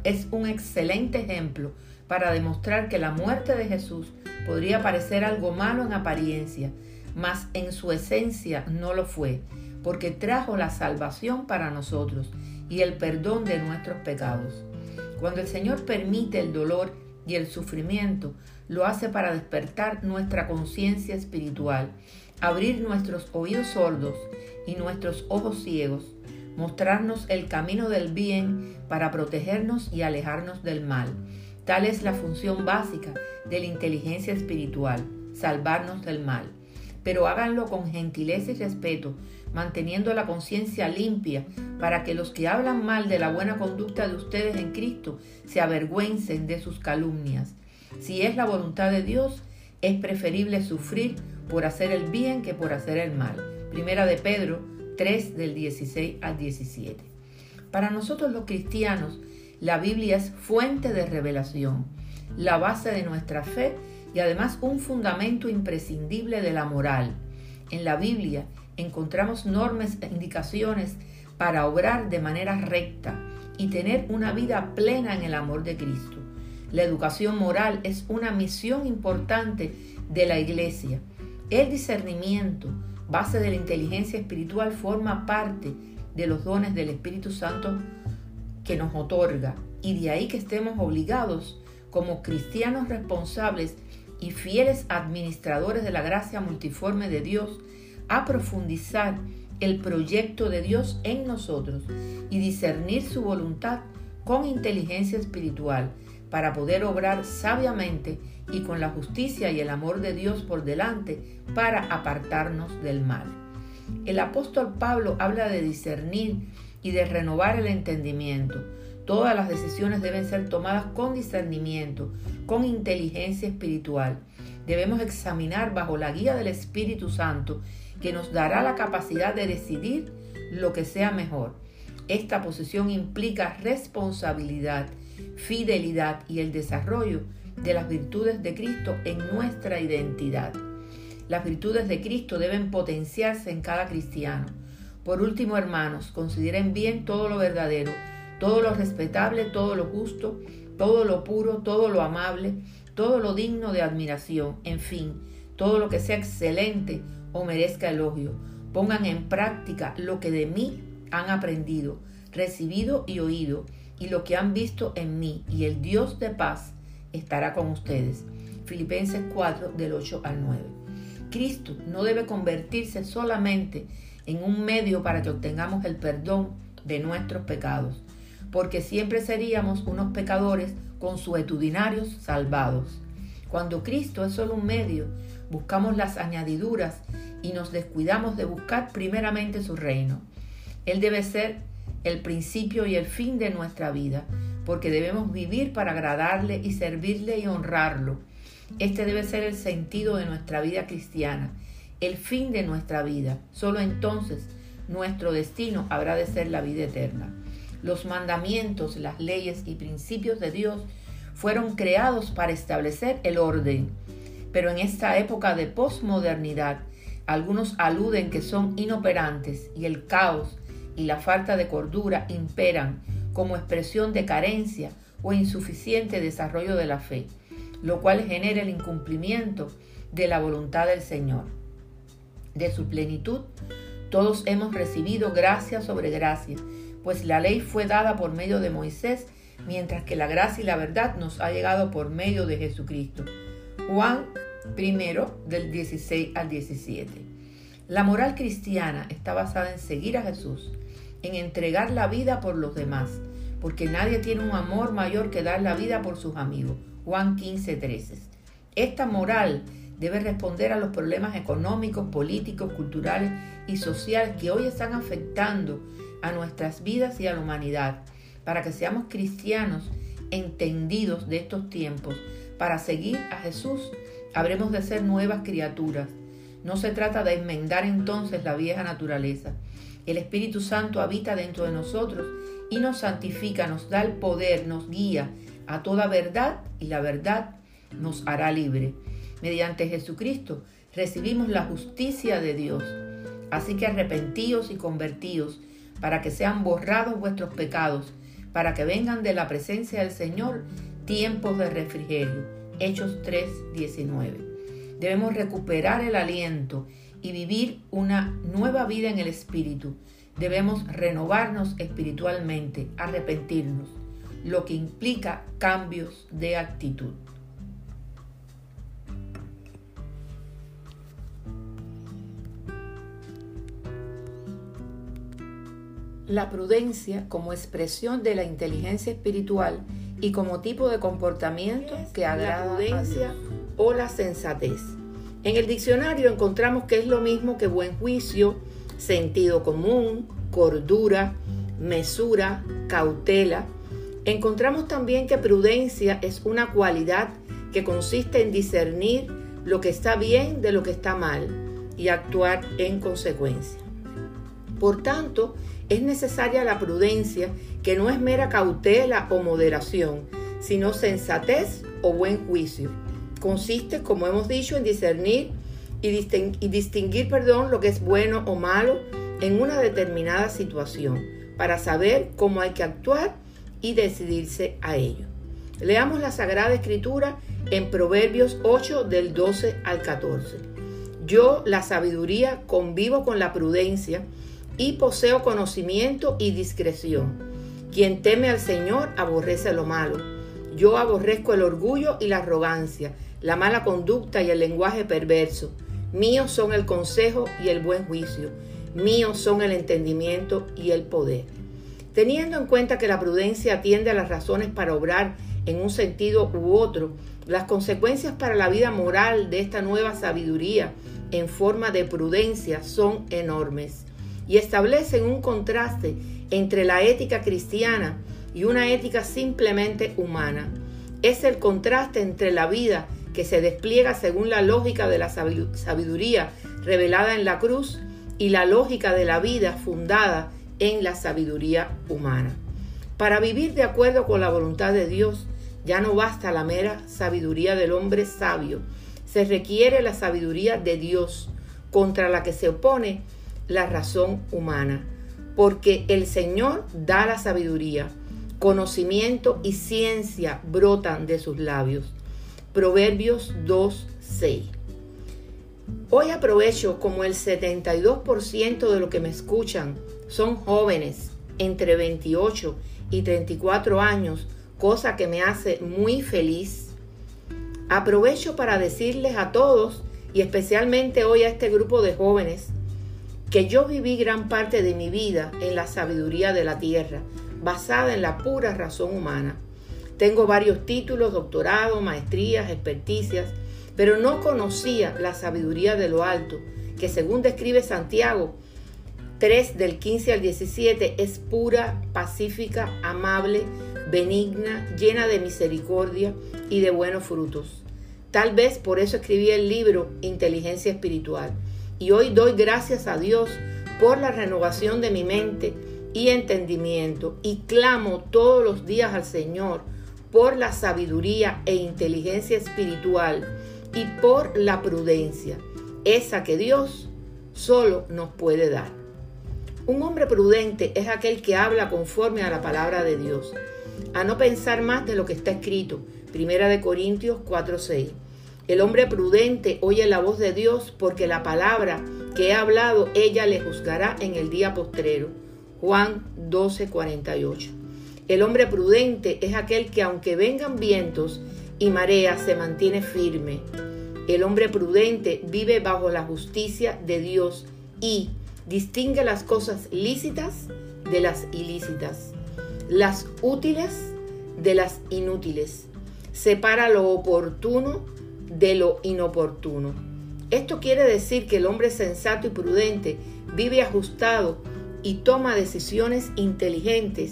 un excelente ejemplo para demostrar que la muerte de Jesús podría parecer algo malo en apariencia, mas en su esencia no lo fue, porque trajo la salvación para nosotros y el perdón de nuestros pecados. Cuando el Señor permite el dolor y el sufrimiento, lo hace para despertar nuestra conciencia espiritual, abrir nuestros oídos sordos y nuestros ojos ciegos, mostrarnos el camino del bien para protegernos y alejarnos del mal. Tal es la función básica de la inteligencia espiritual, salvarnos del mal. Pero háganlo con gentileza y respeto, manteniendo la conciencia limpia, para que los que hablan mal de la buena conducta de ustedes en Cristo se avergüencen de sus calumnias. Si es la voluntad de Dios, es preferible sufrir por hacer el bien que por hacer el mal. Primera de Pedro 3 del 16 al 17. Para nosotros los cristianos, la Biblia es fuente de revelación, la base de nuestra fe y además un fundamento imprescindible de la moral. En la Biblia encontramos normas e indicaciones para obrar de manera recta y tener una vida plena en el amor de Cristo. La educación moral es una misión importante de la Iglesia. El discernimiento, base de la inteligencia espiritual, forma parte de los dones del Espíritu Santo que nos otorga, y de ahí que estemos obligados como cristianos responsables y fieles administradores de la gracia multiforme de Dios a profundizar el proyecto de Dios en nosotros y discernir su voluntad con inteligencia espiritual para poder obrar sabiamente y con la justicia y el amor de Dios por delante para apartarnos del mal. El apóstol Pablo habla de discernir y de renovar el entendimiento. Todas las decisiones deben ser tomadas con discernimiento, con inteligencia espiritual. Debemos examinar bajo la guía del Espíritu Santo, que nos dará la capacidad de decidir lo que sea mejor. Esta posición implica responsabilidad, fidelidad y el desarrollo de las virtudes de Cristo en nuestra identidad. Las virtudes de Cristo deben potenciarse en cada cristiano. Por último, hermanos, consideren bien todo lo verdadero, todo lo respetable, todo lo justo, todo lo puro, todo lo amable, todo lo digno de admiración, en fin, todo lo que sea excelente o merezca elogio. Pongan en práctica lo que de mí han aprendido, recibido y oído, y lo que han visto en mí, y el Dios de paz estará con ustedes. Filipenses 4 del 8 al 9. Cristo no debe convertirse solamente en un medio para que obtengamos el perdón de nuestros pecados, porque siempre seríamos unos pecadores consuetudinarios salvados. Cuando Cristo es solo un medio, buscamos las añadiduras y nos descuidamos de buscar primeramente su reino. Él debe ser el principio y el fin de nuestra vida, porque debemos vivir para agradarle y servirle y honrarlo. Este debe ser el sentido de nuestra vida cristiana, el fin de nuestra vida. Solo entonces nuestro destino habrá de ser la vida eterna. Los mandamientos, las leyes y principios de Dios fueron creados para establecer el orden. Pero en esta época de posmodernidad, algunos aluden que son inoperantes y el caos y la falta de cordura imperan como expresión de carencia o insuficiente desarrollo de la fe, lo cual genera el incumplimiento de la voluntad del Señor. De su plenitud, todos hemos recibido gracia sobre gracia, pues la ley fue dada por medio de Moisés, mientras que la gracia y la verdad nos ha llegado por medio de Jesucristo. Juan 1 del 16 al 17. La moral cristiana está basada en seguir a Jesús, en entregar la vida por los demás, porque nadie tiene un amor mayor que dar la vida por sus amigos. Juan 15:13. Esta moral debe responder a los problemas económicos, políticos, culturales y sociales que hoy están afectando a nuestras vidas y a la humanidad. para que seamos cristianos entendidos de estos tiempos. Para seguir a Jesús, habremos de ser nuevas criaturas. No se trata de enmendar entonces la vieja naturaleza. El Espíritu Santo habita dentro de nosotros y nos santifica, nos da el poder, nos guía a toda verdad y la verdad nos hará libre. Mediante Jesucristo recibimos la justicia de Dios. Así que arrepentíos y convertíos para que sean borrados vuestros pecados, para que vengan de la presencia del Señor tiempos de refrigerio. Hechos 3:19. Debemos recuperar el aliento y vivir una nueva vida en el Espíritu. Debemos renovarnos espiritualmente, arrepentirnos, lo que implica cambios de actitud. La prudencia como expresión de la inteligencia espiritual y como tipo de comportamiento que agrada a Dios, o la sensatez. En el diccionario encontramos que es lo mismo que buen juicio, sentido común, cordura, mesura, cautela. Encontramos también que prudencia es una cualidad que consiste en discernir lo que está bien de lo que está mal y actuar en consecuencia. Por tanto, es necesaria la prudencia, que no es mera cautela o moderación, sino sensatez o buen juicio. Consiste, como hemos dicho, en discernir y distinguir lo que es bueno o malo en una determinada situación, para saber cómo hay que actuar y decidirse a ello. Leamos la Sagrada Escritura en Proverbios 8, del 12 al 14. Yo, la sabiduría, convivo con la prudencia y poseo conocimiento y discreción. Quien teme al Señor aborrece lo malo. Yo aborrezco el orgullo y la arrogancia, la mala conducta y el lenguaje perverso. Míos son el consejo y el buen juicio. Míos son el entendimiento y el poder. Teniendo en cuenta que la prudencia atiende a las razones para obrar en un sentido u otro, las consecuencias para la vida moral de esta nueva sabiduría en forma de prudencia son enormes y establecen un contraste entre la ética cristiana y una ética simplemente humana. Es el contraste entre la vida que se despliega según la lógica de la sabiduría revelada en la cruz y la lógica de la vida fundada en la sabiduría humana. Para vivir de acuerdo con la voluntad de Dios, ya no basta la mera sabiduría del hombre sabio. Se requiere la sabiduría de Dios, contra la que se opone la razón humana, porque el Señor da la sabiduría, conocimiento y ciencia brotan de sus labios. Proverbios 2:6. Hoy aprovecho como el 72% de los que me escuchan son jóvenes entre 28 y 34 años, cosa que me hace muy feliz. Aprovecho para decirles a todos, y especialmente hoy a este grupo de jóvenes, que yo viví gran parte de mi vida en la sabiduría de la tierra, basada en la pura razón humana. Tengo varios títulos, doctorados, maestrías, experticias, pero no conocía la sabiduría de lo alto, que según describe Santiago 3, del 15 al 17, es pura, pacífica, amable, benigna, llena de misericordia y de buenos frutos. Tal vez por eso escribí el libro Inteligencia Espiritual. Y hoy doy gracias a Dios por la renovación de mi mente y entendimiento, y clamo todos los días al Señor por la sabiduría e inteligencia espiritual y por la prudencia, esa que Dios solo nos puede dar. Un hombre prudente es aquel que habla conforme a la palabra de Dios, a no pensar más de lo que está escrito. 1 Corintios 4:6. El hombre prudente oye la voz de Dios, porque la palabra que he hablado ella le juzgará en el día postrero. Juan 12:48. El hombre prudente es aquel que, aunque vengan vientos y mareas, se mantiene firme. El hombre prudente vive bajo la justicia de Dios y distingue las cosas lícitas de las ilícitas, las útiles de las inútiles. Separa lo oportuno de lo inoportuno. Esto quiere decir que el hombre sensato y prudente vive ajustado y toma decisiones inteligentes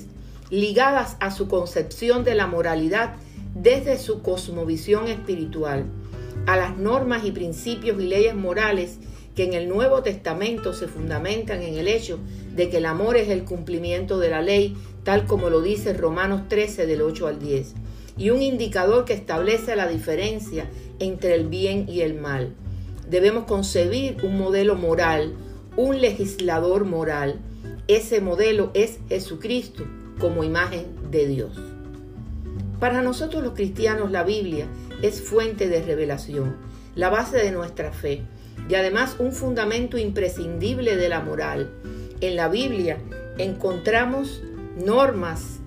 ligadas a su concepción de la moralidad desde su cosmovisión espiritual, a las normas y principios y leyes morales que en el Nuevo Testamento se fundamentan en el hecho de que el amor es el cumplimiento de la ley, tal como lo dice Romanos 13 del 8 al 10, y un indicador que establece la diferencia entre el bien y el mal. Debemos concebir un modelo moral, un legislador moral. Ese modelo es Jesucristo como imagen de Dios. Para nosotros los cristianos, la Biblia es fuente de revelación, la base de nuestra fe y además un fundamento imprescindible de la moral. En la Biblia encontramos normas,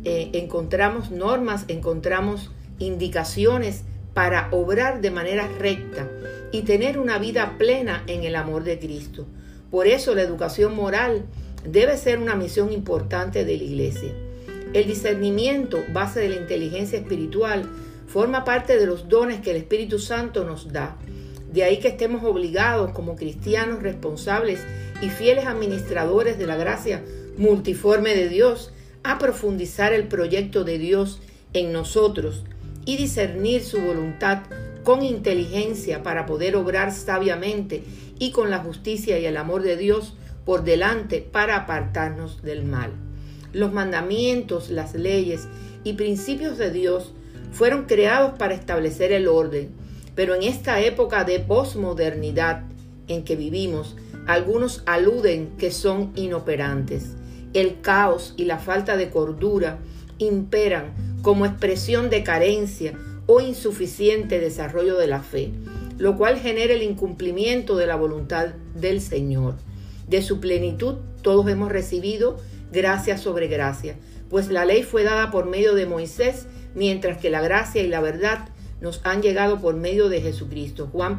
encontramos indicaciones para obrar de manera recta y tener una vida plena en el amor de Cristo. Por eso la educación moral debe ser una misión importante de la Iglesia. El discernimiento, base de la inteligencia espiritual, forma parte de los dones que el Espíritu Santo nos da. De ahí que estemos obligados como cristianos responsables y fieles administradores de la gracia multiforme de Dios a profundizar el proyecto de Dios en nosotros y discernir su voluntad con inteligencia para poder obrar sabiamente y con la justicia y el amor de Dios por delante para apartarnos del mal. Los mandamientos, las leyes y principios de Dios fueron creados para establecer el orden, pero en esta época de posmodernidad en que vivimos, algunos aluden que son inoperantes. El caos y la falta de cordura imperan como expresión de carencia o insuficiente desarrollo de la fe, lo cual genera el incumplimiento de la voluntad del Señor. De su plenitud todos hemos recibido gracia sobre gracia, pues la ley fue dada por medio de Moisés, mientras que la gracia y la verdad nos han llegado por medio de Jesucristo. Juan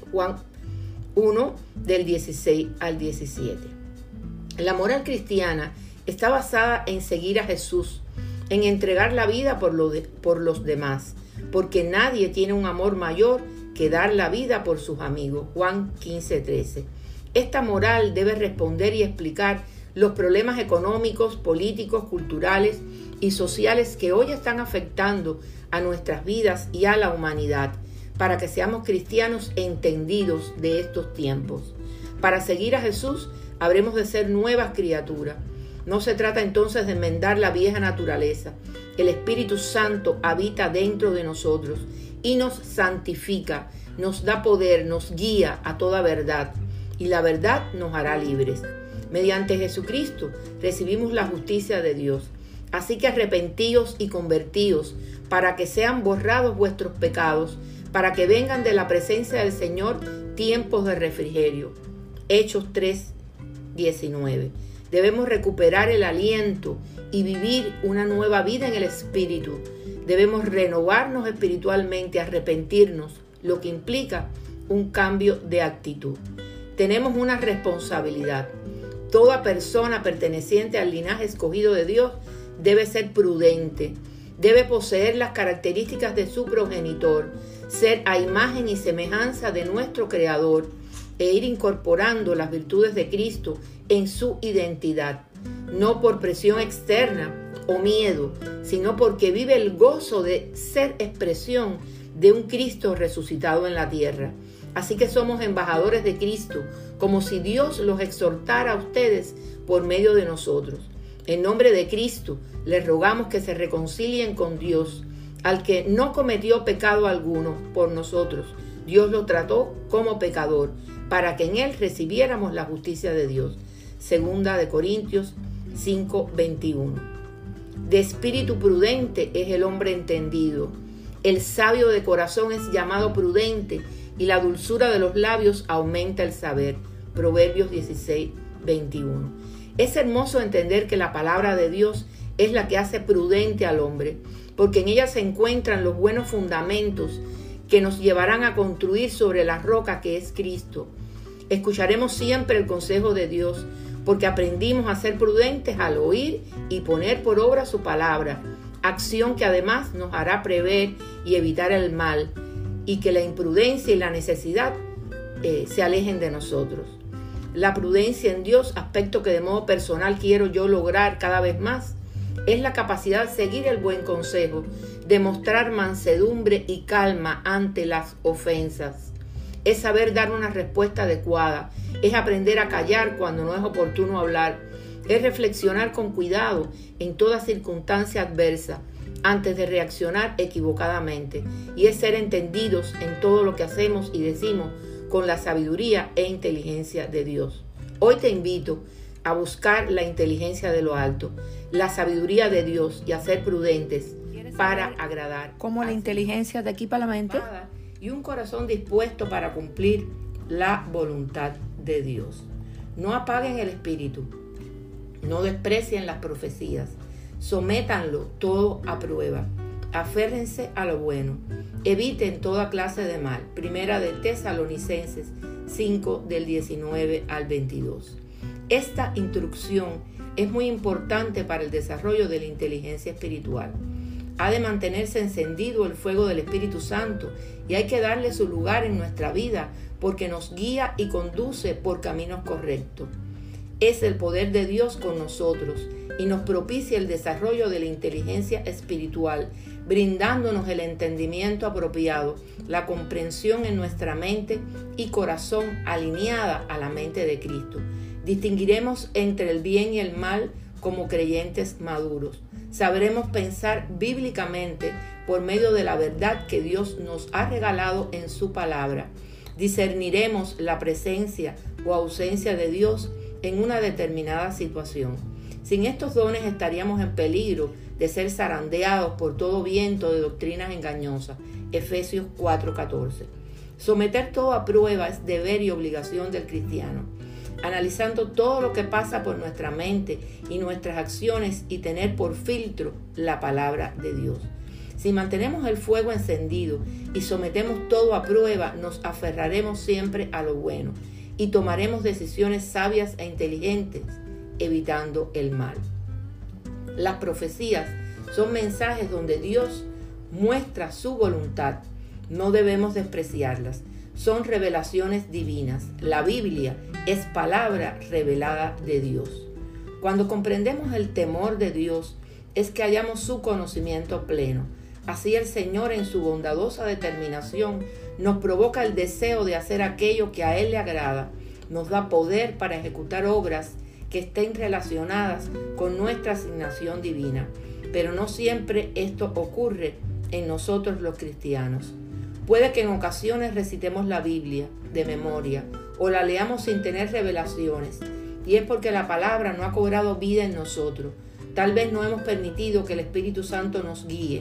1, del 16 al 17. La moral cristiana está basada en seguir a Jesús, en entregar la vida por los demás, porque nadie tiene un amor mayor que dar la vida por sus amigos. Juan 15:13. Esta moral debe responder y explicar los problemas económicos, políticos, culturales y sociales que hoy están afectando a nuestras vidas y a la humanidad, para que seamos cristianos entendidos de estos tiempos. Para seguir a Jesús, habremos de ser nuevas criaturas. No se trata entonces de enmendar la vieja naturaleza. El Espíritu Santo habita dentro de nosotros y nos santifica, nos da poder, nos guía a toda verdad, y la verdad nos hará libres. Mediante Jesucristo recibimos la justicia de Dios. Así que arrepentíos y convertíos, para que sean borrados vuestros pecados, para que vengan de la presencia del Señor tiempos de refrigerio. Hechos 3:19. Debemos recuperar el aliento y vivir una nueva vida en el Espíritu. Debemos renovarnos espiritualmente, arrepentirnos, lo que implica un cambio de actitud. Tenemos una responsabilidad. Toda persona perteneciente al linaje escogido de Dios debe ser prudente, debe poseer las características de su progenitor, ser a imagen y semejanza de nuestro Creador e ir incorporando las virtudes de Cristo en su identidad, no por presión externa o miedo, sino porque vive el gozo de ser expresión de un Cristo resucitado en la tierra. Así que somos embajadores de Cristo, como si Dios los exhortara a ustedes por medio de nosotros. En nombre de Cristo, les rogamos que se reconcilien con Dios, al que no cometió pecado alguno por nosotros. Dios lo trató como pecador, para que en él recibiéramos la justicia de Dios. Segunda de Corintios 5:21. De espíritu prudente es el hombre entendido. El sabio de corazón es llamado prudente, y la dulzura de los labios aumenta el saber. Proverbios 16:21. Es hermoso entender que la palabra de Dios es la que hace prudente al hombre, porque en ella se encuentran los buenos fundamentos que nos llevarán a construir sobre la roca que es Cristo. Escucharemos siempre el consejo de Dios, porque aprendimos a ser prudentes al oír y poner por obra su palabra, acción que además nos hará prever y evitar el mal, y que la imprudencia y la necesidad se alejen de nosotros. La prudencia en Dios, aspecto que de modo personal quiero yo lograr cada vez más, Es la capacidad de seguir el buen consejo, de mostrar mansedumbre y calma ante las ofensas. Es saber dar una respuesta adecuada, es aprender a callar cuando no es oportuno hablar, es reflexionar con cuidado en toda circunstancia adversa antes de reaccionar equivocadamente, y es ser entendidos en todo lo que hacemos y decimos con la sabiduría e inteligencia de Dios. Hoy te invito a buscar la inteligencia de lo alto, la sabiduría de Dios y a ser prudentes para agradar. Cómo la inteligencia te equipa la mente. Y un corazón dispuesto para cumplir la voluntad de Dios. No apaguen el espíritu, no desprecien las profecías, sométanlo todo a prueba, aférrense a lo bueno, eviten toda clase de mal. Primera de Tesalonicenses 5 del 19 al 22. Esta instrucción es muy importante para el desarrollo de la inteligencia espiritual. Ha de mantenerse encendido el fuego del Espíritu Santo y hay que darle su lugar en nuestra vida porque nos guía y conduce por caminos correctos. Es el poder de Dios con nosotros y nos propicia el desarrollo de la inteligencia espiritual, brindándonos el entendimiento apropiado, la comprensión en nuestra mente y corazón alineada a la mente de Cristo. Distinguiremos entre el bien y el mal como creyentes maduros. Sabremos pensar bíblicamente por medio de la verdad que Dios nos ha regalado en su palabra. Discerniremos la presencia o ausencia de Dios en una determinada situación. Sin estos dones estaríamos en peligro de ser zarandeados por todo viento de doctrinas engañosas. Efesios 4:14. Someter todo a prueba es deber y obligación del cristiano. Analizando todo lo que pasa por nuestra mente y nuestras acciones y tener por filtro la palabra de Dios. Si mantenemos el fuego encendido y sometemos todo a prueba, nos aferraremos siempre a lo bueno y tomaremos decisiones sabias e inteligentes, evitando el mal. Las profecías son mensajes donde Dios muestra su voluntad. No debemos despreciarlas. Son revelaciones divinas. La Biblia es palabra revelada de Dios. Cuando comprendemos el temor de Dios, es que hallamos su conocimiento pleno. Así el Señor, en su bondadosa determinación, nos provoca el deseo de hacer aquello que a Él le agrada. Nos da poder para ejecutar obras que estén relacionadas con nuestra asignación divina. Pero no siempre esto ocurre en nosotros los cristianos. Puede que en ocasiones recitemos la Biblia de memoria o la leamos sin tener revelaciones, y es porque la palabra no ha cobrado vida en nosotros. Tal vez no hemos permitido que el Espíritu Santo nos guíe.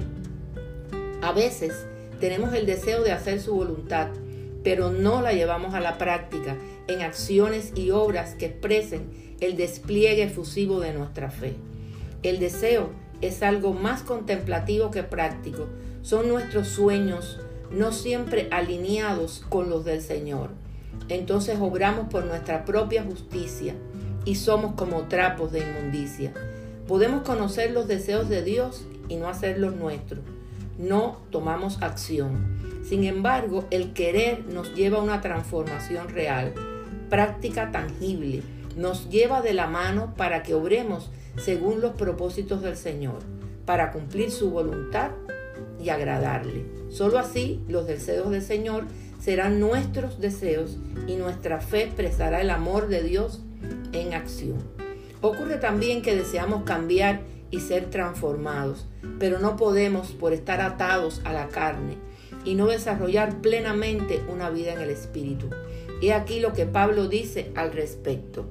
A veces tenemos el deseo de hacer su voluntad, pero no la llevamos a la práctica en acciones y obras que expresen el despliegue efusivo de nuestra fe. El deseo es algo más contemplativo que práctico. Son nuestros sueños no siempre alineados con los del Señor. Entonces obramos por nuestra propia justicia y somos como trapos de inmundicia. Podemos conocer los deseos de Dios y no hacer los nuestros. No tomamos acción. Sin embargo, el querer nos lleva a una transformación real, práctica tangible. Nos lleva de la mano para que obremos según los propósitos del Señor, para cumplir su voluntad y agradarle. Solo así los deseos del Señor serán nuestros deseos y nuestra fe expresará el amor de Dios en acción. Ocurre también que deseamos cambiar y ser transformados, pero no podemos por estar atados a la carne y no desarrollar plenamente una vida en el Espíritu. He aquí lo que Pablo dice al respecto.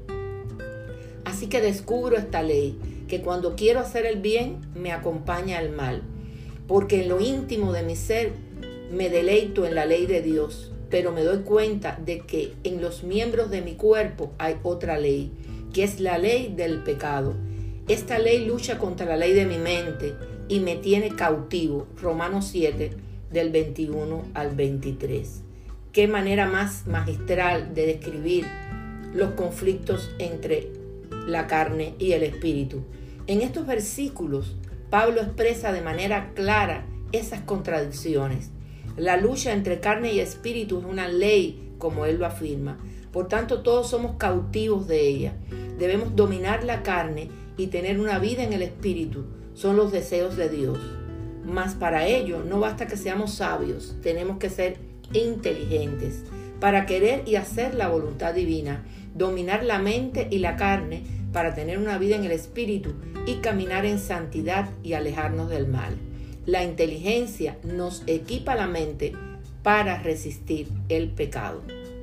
Así que descubro esta ley, que cuando quiero hacer el bien, me acompaña el mal. Porque en lo íntimo de mi ser me deleito en la ley de Dios, pero me doy cuenta de que en los miembros de mi cuerpo hay otra ley, que es la ley del pecado. Esta ley lucha contra la ley de mi mente y me tiene cautivo. Romanos 7, del 21 al 23. Qué manera más magistral de describir los conflictos entre la carne y el espíritu. En estos versículos, Pablo expresa de manera clara esas contradicciones. La lucha entre carne y espíritu es una ley, como él lo afirma. Por tanto, todos somos cautivos de ella. Debemos dominar la carne y tener una vida en el Espíritu son los deseos de Dios. Mas para ello no basta que seamos sabios, tenemos que ser inteligentes para querer y hacer la voluntad divina, dominar la mente y la carne para tener una vida en el Espíritu y caminar en santidad y alejarnos del mal. La inteligencia nos equipa la mente para resistir el pecado.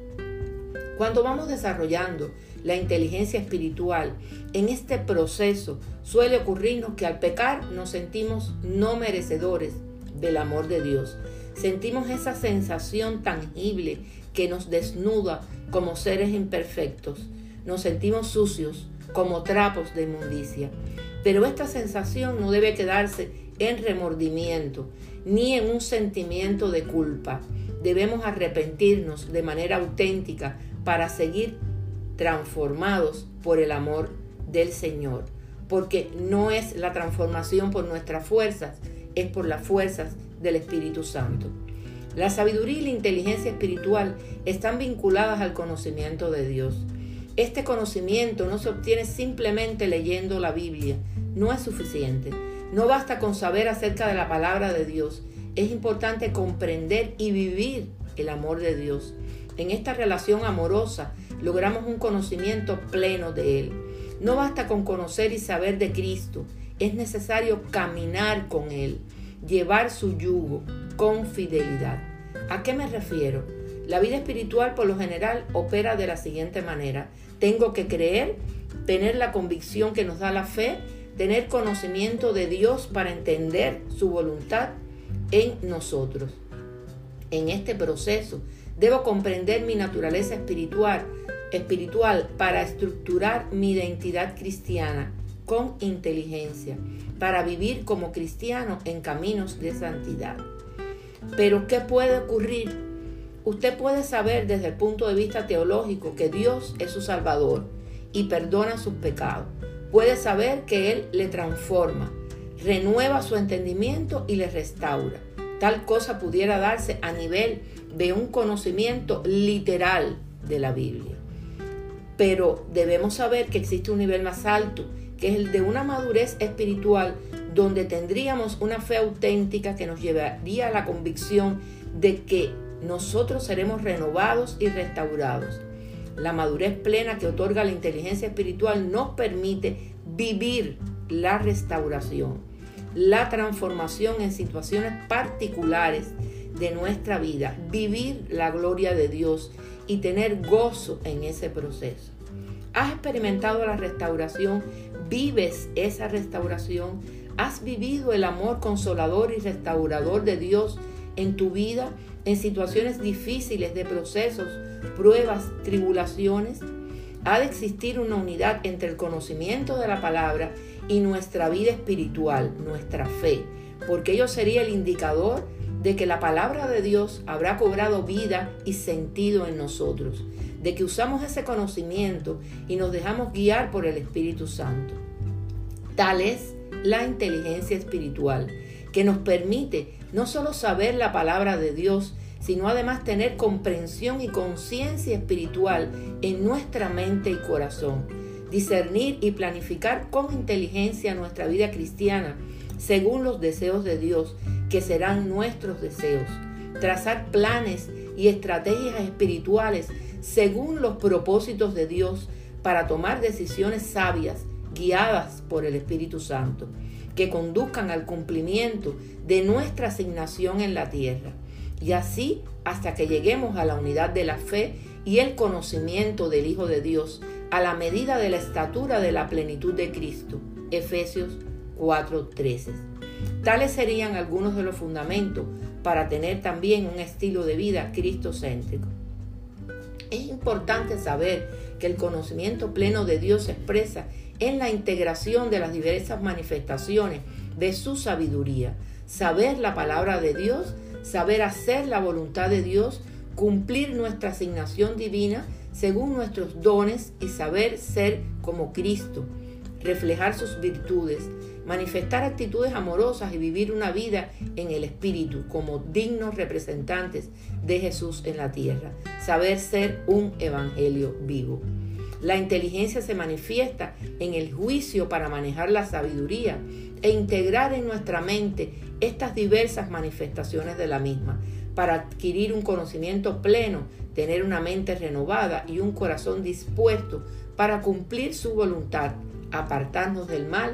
Cuando vamos desarrollando la inteligencia espiritual, en este proceso suele ocurrirnos que al pecar nos sentimos no merecedores del amor de Dios. Sentimos esa sensación tangible que nos desnuda como seres imperfectos. Nos sentimos sucios como trapos de inmundicia. Pero esta sensación no debe quedarse en remordimiento ni en un sentimiento de culpa. Debemos arrepentirnos de manera auténtica para seguir transformados por el amor del Señor. Porque no es la transformación por nuestras fuerzas, es por las fuerzas del Espíritu Santo. La sabiduría y la inteligencia espiritual están vinculadas al conocimiento de Dios. Este conocimiento no se obtiene simplemente leyendo la Biblia, no es suficiente. No basta con saber acerca de la palabra de Dios, es importante comprender y vivir el amor de Dios. En esta relación amorosa logramos un conocimiento pleno de Él. No basta con conocer y saber de Cristo, es necesario caminar con Él, llevar su yugo con fidelidad. ¿A qué me refiero? La vida espiritual por lo general opera de la siguiente manera. Tengo que creer, tener la convicción que nos da la fe, tener conocimiento de Dios para entender su voluntad en nosotros. En este proceso debo comprender mi naturaleza espiritual para estructurar mi identidad cristiana con inteligencia, para vivir como cristiano en caminos de santidad. Pero ¿qué puede ocurrir? Usted puede saber desde el punto de vista teológico que Dios es su Salvador y perdona sus pecados. Puede saber que Él le transforma, renueva su entendimiento y le restaura. Tal cosa pudiera darse a nivel de un conocimiento literal de la Biblia. Pero debemos saber que existe un nivel más alto, que es el de una madurez espiritual, donde tendríamos una fe auténtica que nos llevaría a la convicción de que nosotros seremos renovados y restaurados. La madurez plena que otorga la inteligencia espiritual nos permite vivir la restauración, la transformación en situaciones particulares de nuestra vida, vivir la gloria de Dios y tener gozo en ese proceso. ¿Has experimentado la restauración? ¿Vives esa restauración? ¿Has vivido el amor consolador y restaurador de Dios en tu vida, en situaciones difíciles de procesos, pruebas, tribulaciones? Ha de existir una unidad entre el conocimiento de la palabra y nuestra vida espiritual, nuestra fe, porque ello sería el indicador de que la palabra de Dios habrá cobrado vida y sentido en nosotros, de que usamos ese conocimiento y nos dejamos guiar por el Espíritu Santo. Tal es la inteligencia espiritual, que nos permite no solo saber la palabra de Dios, sino además tener comprensión y conciencia espiritual en nuestra mente y corazón, discernir y planificar con inteligencia nuestra vida cristiana según los deseos de Dios, que serán nuestros deseos, trazar planes y estrategias espirituales según los propósitos de Dios para tomar decisiones sabias, guiadas por el Espíritu Santo, que conduzcan al cumplimiento de nuestra asignación en la tierra, y así hasta que lleguemos a la unidad de la fe y el conocimiento del Hijo de Dios, a la medida de la estatura de la plenitud de Cristo. Efesios 4:13. Tales serían algunos de los fundamentos para tener también un estilo de vida cristocéntrico. Es importante saber que el conocimiento pleno de Dios se expresa en la integración de las diversas manifestaciones de su sabiduría. Saber la palabra de Dios, saber hacer la voluntad de Dios, cumplir nuestra asignación divina según nuestros dones y saber ser como Cristo, reflejar sus virtudes, manifestar actitudes amorosas y vivir una vida en el Espíritu como dignos representantes de Jesús en la tierra, saber ser un evangelio vivo. La inteligencia se manifiesta en el juicio para manejar la sabiduría e integrar en nuestra mente estas diversas manifestaciones de la misma, para adquirir un conocimiento pleno, tener una mente renovada y un corazón dispuesto para cumplir su voluntad, apartarnos del mal,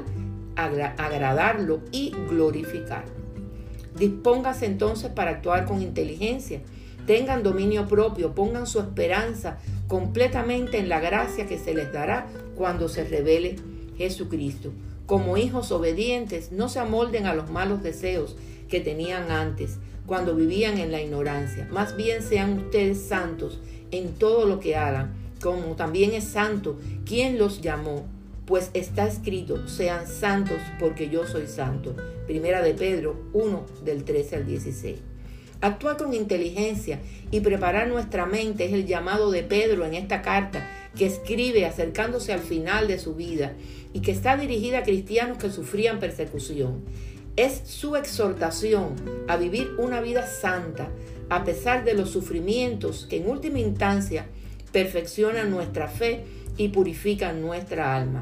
agradarlo y glorificarlo. Dispóngase entonces para actuar con inteligencia. Tengan dominio propio, pongan su esperanza completamente en la gracia que se les dará cuando se revele Jesucristo. Como hijos obedientes, no se amolden a los malos deseos que tenían antes, cuando vivían en la ignorancia. Más bien sean ustedes santos en todo lo que hagan, como también es santo quien los llamó, pues está escrito: sean santos porque yo soy santo. Primera de Pedro 1, del 13 al 16. Actuar con inteligencia y preparar nuestra mente es el llamado de Pedro en esta carta que escribe acercándose al final de su vida y que está dirigida a cristianos que sufrían persecución. Es su exhortación a vivir una vida santa a pesar de los sufrimientos que en última instancia perfeccionan nuestra fe y purifican nuestra alma.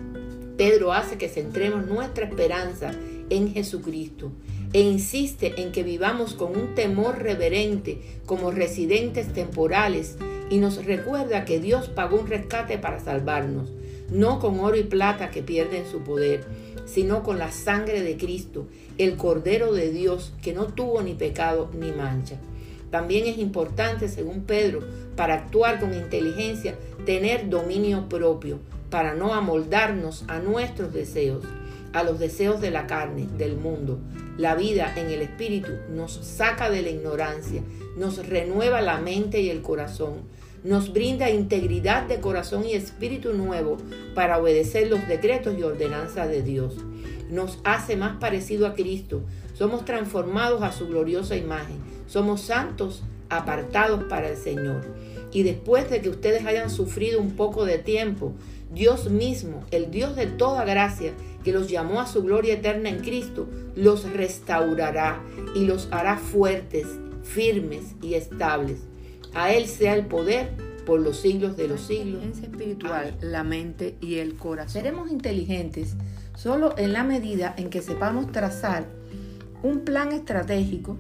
Pedro hace que centremos nuestra esperanza en Jesucristo e insiste en que vivamos con un temor reverente como residentes temporales, y nos recuerda que Dios pagó un rescate para salvarnos, no con oro y plata que pierden su poder, sino con la sangre de Cristo, el Cordero de Dios, que no tuvo ni pecado ni mancha. También es importante, según Pedro, para actuar con inteligencia, tener dominio propio, para no amoldarnos a nuestros deseos, a los deseos de la carne, del mundo. La vida en el Espíritu nos saca de la ignorancia, nos renueva la mente y el corazón, nos brinda integridad de corazón y espíritu nuevo para obedecer los decretos y ordenanzas de Dios. Nos hace más parecido a Cristo, somos transformados a su gloriosa imagen, somos santos apartados para el Señor. Y después de que ustedes hayan sufrido un poco de tiempo, Dios mismo, el Dios de toda gracia, que los llamó a su gloria eterna en Cristo, los restaurará y los hará fuertes, firmes y estables. A Él sea el poder por los siglos de los siglos. La inteligencia espiritual, la mente y el corazón. Seremos inteligentes solo en la medida en que sepamos trazar un plan estratégico,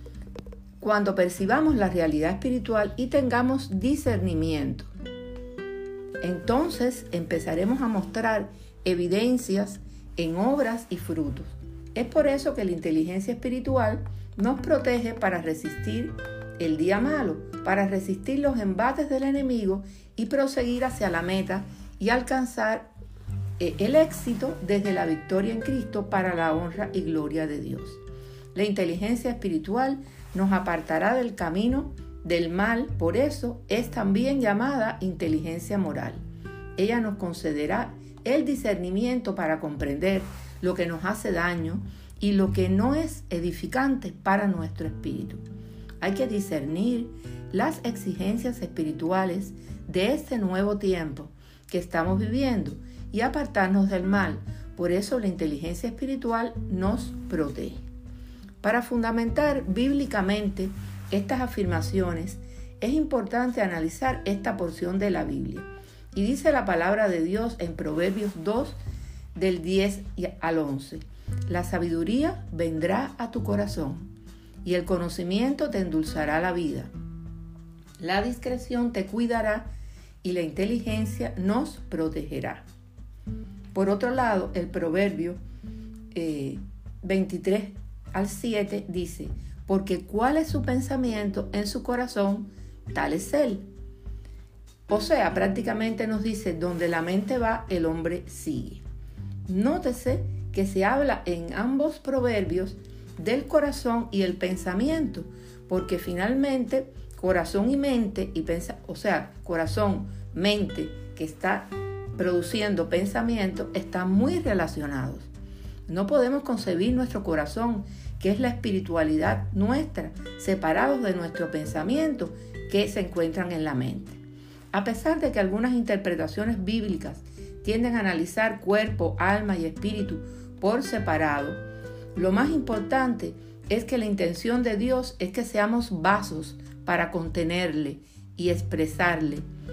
cuando percibamos la realidad espiritual y tengamos discernimiento. Entonces empezaremos a mostrar evidencias en obras y frutos. Es por eso que la inteligencia espiritual nos protege para resistir el día malo, para resistir los embates del enemigo y proseguir hacia la meta y alcanzar el éxito desde la victoria en Cristo para la honra y gloria de Dios. La inteligencia espiritual nos apartará del camino del mal, por eso es también llamada inteligencia moral. Ella nos concederá el discernimiento para comprender lo que nos hace daño y lo que no es edificante para nuestro espíritu. Hay que discernir las exigencias espirituales de este nuevo tiempo que estamos viviendo y apartarnos del mal. Por eso la inteligencia espiritual nos protege. Para fundamentar bíblicamente estas afirmaciones, es importante analizar esta porción de la Biblia. Y dice la palabra de Dios en Proverbios 2, del 10 al 11. La sabiduría vendrá a tu corazón, y el conocimiento te endulzará la vida. La discreción te cuidará, y la inteligencia nos protegerá. Por otro lado, el Proverbio 23 al 7 dice: porque cuál es su pensamiento en su corazón, tal es él. O sea, prácticamente nos dice, donde la mente va, el hombre sigue. Nótese que se habla en ambos proverbios del corazón y el pensamiento, porque finalmente corazón y mente, corazón, mente, que está produciendo pensamiento, están muy relacionados. No podemos concebir nuestro corazón, que es la espiritualidad nuestra, separados de nuestro pensamiento que se encuentran en la mente. A pesar de que algunas interpretaciones bíblicas tienden a analizar cuerpo, alma y espíritu por separado, lo más importante es que la intención de Dios es que seamos vasos para contenerle y expresarle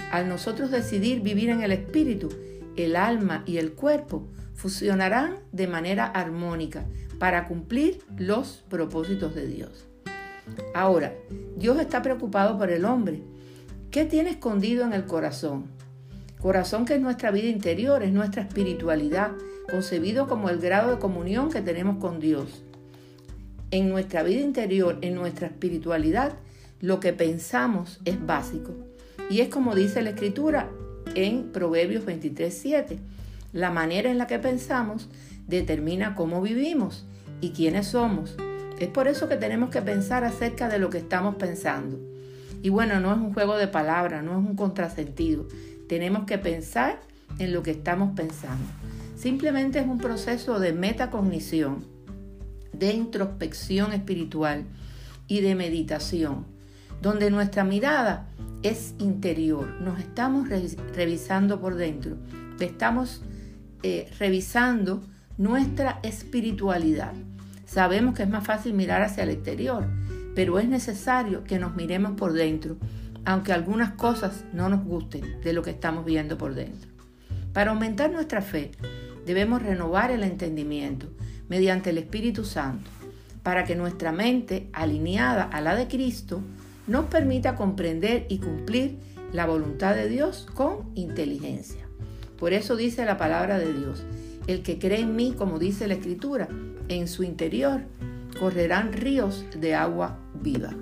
Al nosotros decidir vivir en el espíritu, el alma y el cuerpo fusionarán de manera armónica para cumplir los propósitos de Dios. Ahora, Dios está preocupado por el hombre. ¿Qué tiene escondido en el corazón? Corazón, que es nuestra vida interior, es nuestra espiritualidad, concebido como el grado de comunión que tenemos con Dios. En nuestra vida interior, en nuestra espiritualidad, lo que pensamos es básico. Y es como dice la Escritura en Proverbios 23:7. La manera en la que pensamos determina cómo vivimos y quiénes somos. Es por eso que tenemos que pensar acerca de lo que estamos pensando. Y bueno, no es un juego de palabras, no es un contrasentido. Tenemos que pensar en lo que estamos pensando. Simplemente es un proceso de metacognición, de introspección espiritual y de meditación, donde nuestra mirada es interior. Nos estamos revisando por dentro, estamos revisando nuestra espiritualidad. Sabemos que es más fácil mirar hacia el exterior, pero es necesario que nos miremos por dentro, aunque algunas cosas no nos gusten de lo que estamos viendo por dentro. Para aumentar nuestra fe, debemos renovar el entendimiento mediante el Espíritu Santo, para que nuestra mente, alineada a la de Cristo, nos permita comprender y cumplir la voluntad de Dios con inteligencia. Por eso dice la palabra de Dios: el que cree en mí, como dice la Escritura, en su interior correrán ríos de agua viva.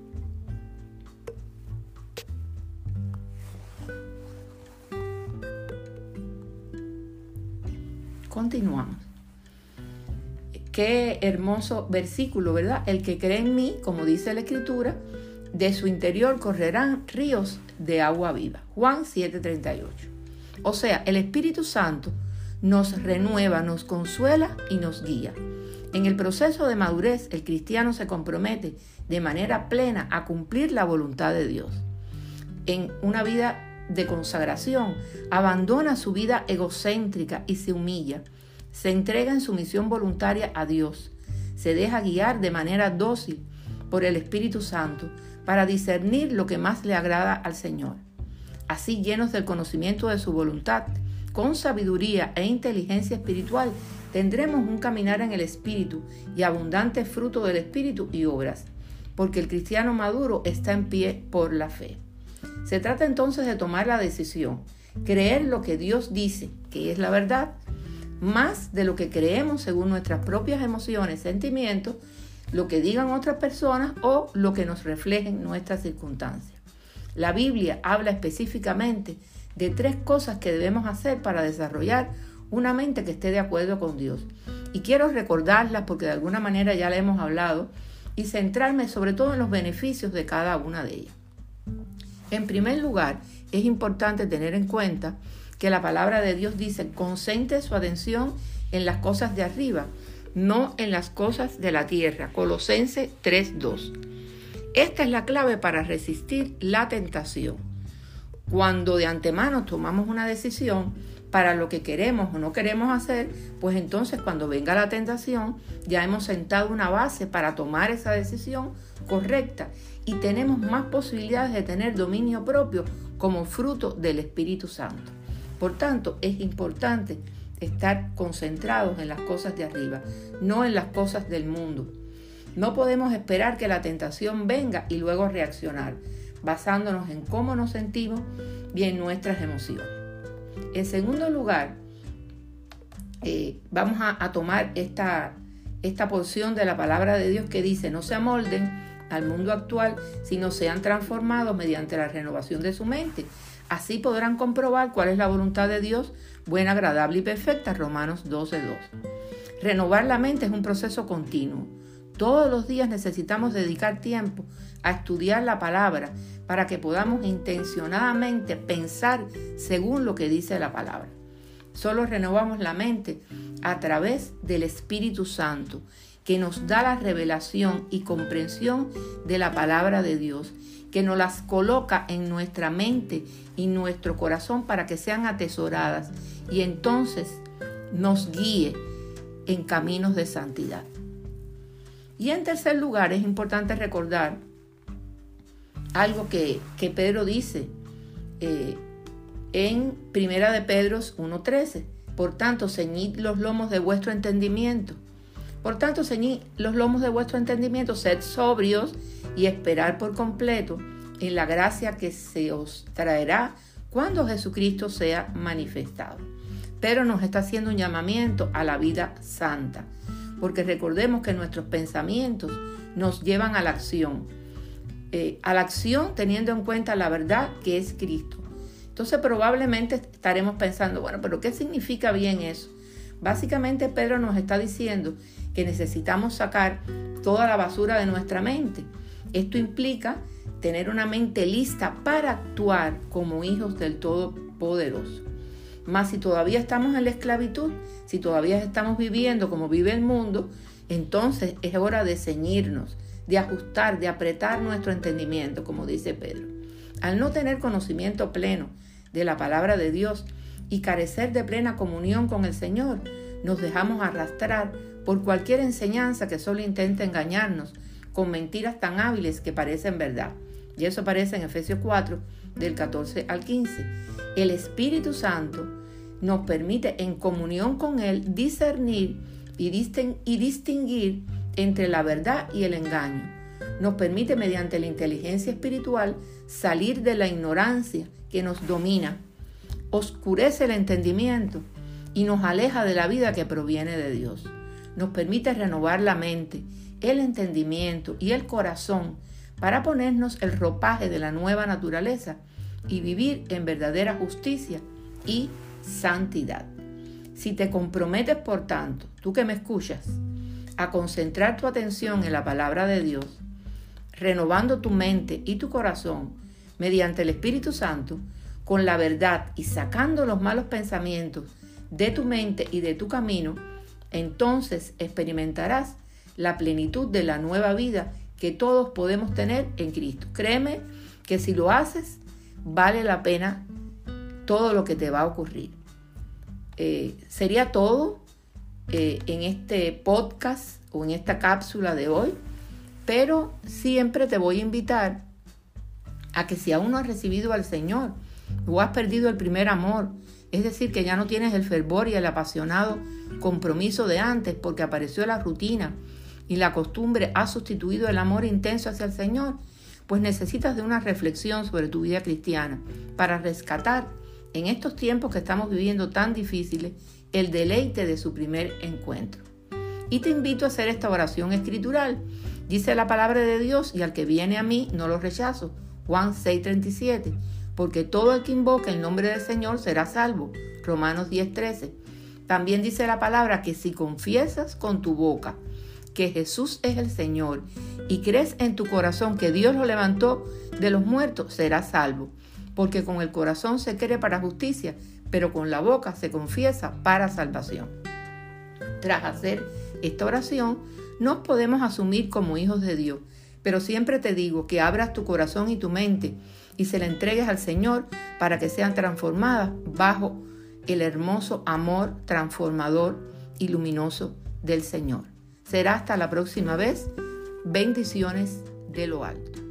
Continuamos. Qué hermoso versículo, ¿verdad? El que cree en mí, como dice la Escritura, de su interior correrán ríos de agua viva. Juan 7:38. O sea, el Espíritu Santo nos renueva, nos consuela y nos guía. En el proceso de madurez, el cristiano se compromete de manera plena a cumplir la voluntad de Dios. En una vida de consagración, abandona su vida egocéntrica y se humilla. Se entrega en sumisión voluntaria a Dios. Se deja guiar de manera dócil por el Espíritu Santo para discernir lo que más le agrada al Señor. Así, llenos del conocimiento de su voluntad, con sabiduría e inteligencia espiritual, tendremos un caminar en el Espíritu y abundante fruto del Espíritu y obras, porque el cristiano maduro está en pie por la fe. Se trata entonces de tomar la decisión, creer lo que Dios dice, que es la verdad, más de lo que creemos según nuestras propias emociones, sentimientos, lo que digan otras personas o lo que nos reflejen nuestras circunstancias. La Biblia habla específicamente de 3 cosas que debemos hacer para desarrollar una mente que esté de acuerdo con Dios. Y quiero recordarlas porque de alguna manera ya la hemos hablado y centrarme sobre todo en los beneficios de cada una de ellas. En primer lugar, es importante tener en cuenta que la palabra de Dios dice: concentre su atención en las cosas de arriba, no en las cosas de la tierra. Colosenses 3:2. Esta es la clave para resistir la tentación. Cuando de antemano tomamos una decisión para lo que queremos o no queremos hacer, pues entonces cuando venga la tentación ya hemos sentado una base para tomar esa decisión correcta y tenemos más posibilidades de tener dominio propio como fruto del Espíritu Santo. Por tanto, es importante estar concentrados en las cosas de arriba, no en las cosas del mundo. No podemos esperar que la tentación venga y luego reaccionar, basándonos en cómo nos sentimos y en nuestras emociones. En segundo lugar, vamos a tomar esta porción de la palabra de Dios que dice: no se amolden al mundo actual, sino sean transformados mediante la renovación de su mente. Así podrán comprobar cuál es la voluntad de Dios, buena, agradable y perfecta. Romanos 12:2. Renovar la mente es un proceso continuo. Todos los días necesitamos dedicar tiempo a estudiar la palabra para que podamos intencionadamente pensar según lo que dice la palabra. Solo renovamos la mente a través del Espíritu Santo, que nos da la revelación y comprensión de la palabra de Dios, que nos las coloca en nuestra mente y nuestro corazón para que sean atesoradas y entonces nos guíe en caminos de santidad. Y en tercer lugar, es importante recordar algo que Pedro dice en 1 de Pedro 1:13. Por tanto, ceñid los lomos de vuestro entendimiento. Por tanto, ceñid los lomos de vuestro entendimiento, sed sobrios y esperar por completo en la gracia que se os traerá cuando Jesucristo sea manifestado. Pedro nos está haciendo un llamamiento a la vida santa, porque recordemos que nuestros pensamientos nos llevan a la acción teniendo en cuenta la verdad que es Cristo. Entonces probablemente estaremos pensando, bueno, pero ¿qué significa bien eso? Básicamente Pedro nos está diciendo que necesitamos sacar toda la basura de nuestra mente. Esto implica tener una mente lista para actuar como hijos del Todopoderoso. Mas si todavía estamos en la esclavitud, si todavía estamos viviendo como vive el mundo, entonces es hora de ceñirnos, de ajustar, de apretar nuestro entendimiento, como dice Pedro. Al no tener conocimiento pleno de la palabra de Dios y carecer de plena comunión con el Señor, nos dejamos arrastrar por cualquier enseñanza que solo intente engañarnos con mentiras tan hábiles que parecen verdad. Y eso aparece en Efesios 4, del 14 al 15. El Espíritu Santo nos permite en comunión con Él discernir y distinguir entre la verdad y el engaño. Nos permite mediante la inteligencia espiritual salir de la ignorancia que nos domina, oscurece el entendimiento y nos aleja de la vida que proviene de Dios. Nos permite renovar la mente, el entendimiento y el corazón para ponernos el ropaje de la nueva naturaleza y vivir en verdadera justicia y santidad. Si te comprometes, por tanto, tú que me escuchas, a concentrar tu atención en la palabra de Dios, renovando tu mente y tu corazón mediante el Espíritu Santo, con la verdad y sacando los malos pensamientos de tu mente y de tu camino, entonces experimentarás la plenitud de la nueva vida que todos podemos tener en Cristo. Créeme que si lo haces, vale la pena todo lo que te va a ocurrir. Sería todo en este podcast o en esta cápsula de hoy, pero siempre te voy a invitar a que si aún no has recibido al Señor o has perdido el primer amor, es decir, que ya no tienes el fervor y el apasionado compromiso de antes porque apareció la rutina y la costumbre ha sustituido el amor intenso hacia el Señor, pues necesitas de una reflexión sobre tu vida cristiana para rescatar en estos tiempos que estamos viviendo tan difíciles el deleite de su primer encuentro. Y te invito a hacer esta oración escritural. Dice la palabra de Dios: y al que viene a mí no lo rechazo. Juan 6:37. Porque todo el que invoque el nombre del Señor será salvo. Romanos 10:13. También dice la palabra que si confiesas con tu boca que Jesús es el Señor y crees en tu corazón que Dios lo levantó de los muertos, serás salvo. Porque con el corazón se cree para justicia, pero con la boca se confiesa para salvación. Tras hacer esta oración, nos podemos asumir como hijos de Dios, pero siempre te digo que abras tu corazón y tu mente y se la entregues al Señor para que sean transformadas bajo el hermoso amor transformador y luminoso del Señor. Será hasta la próxima vez. Bendiciones de lo alto.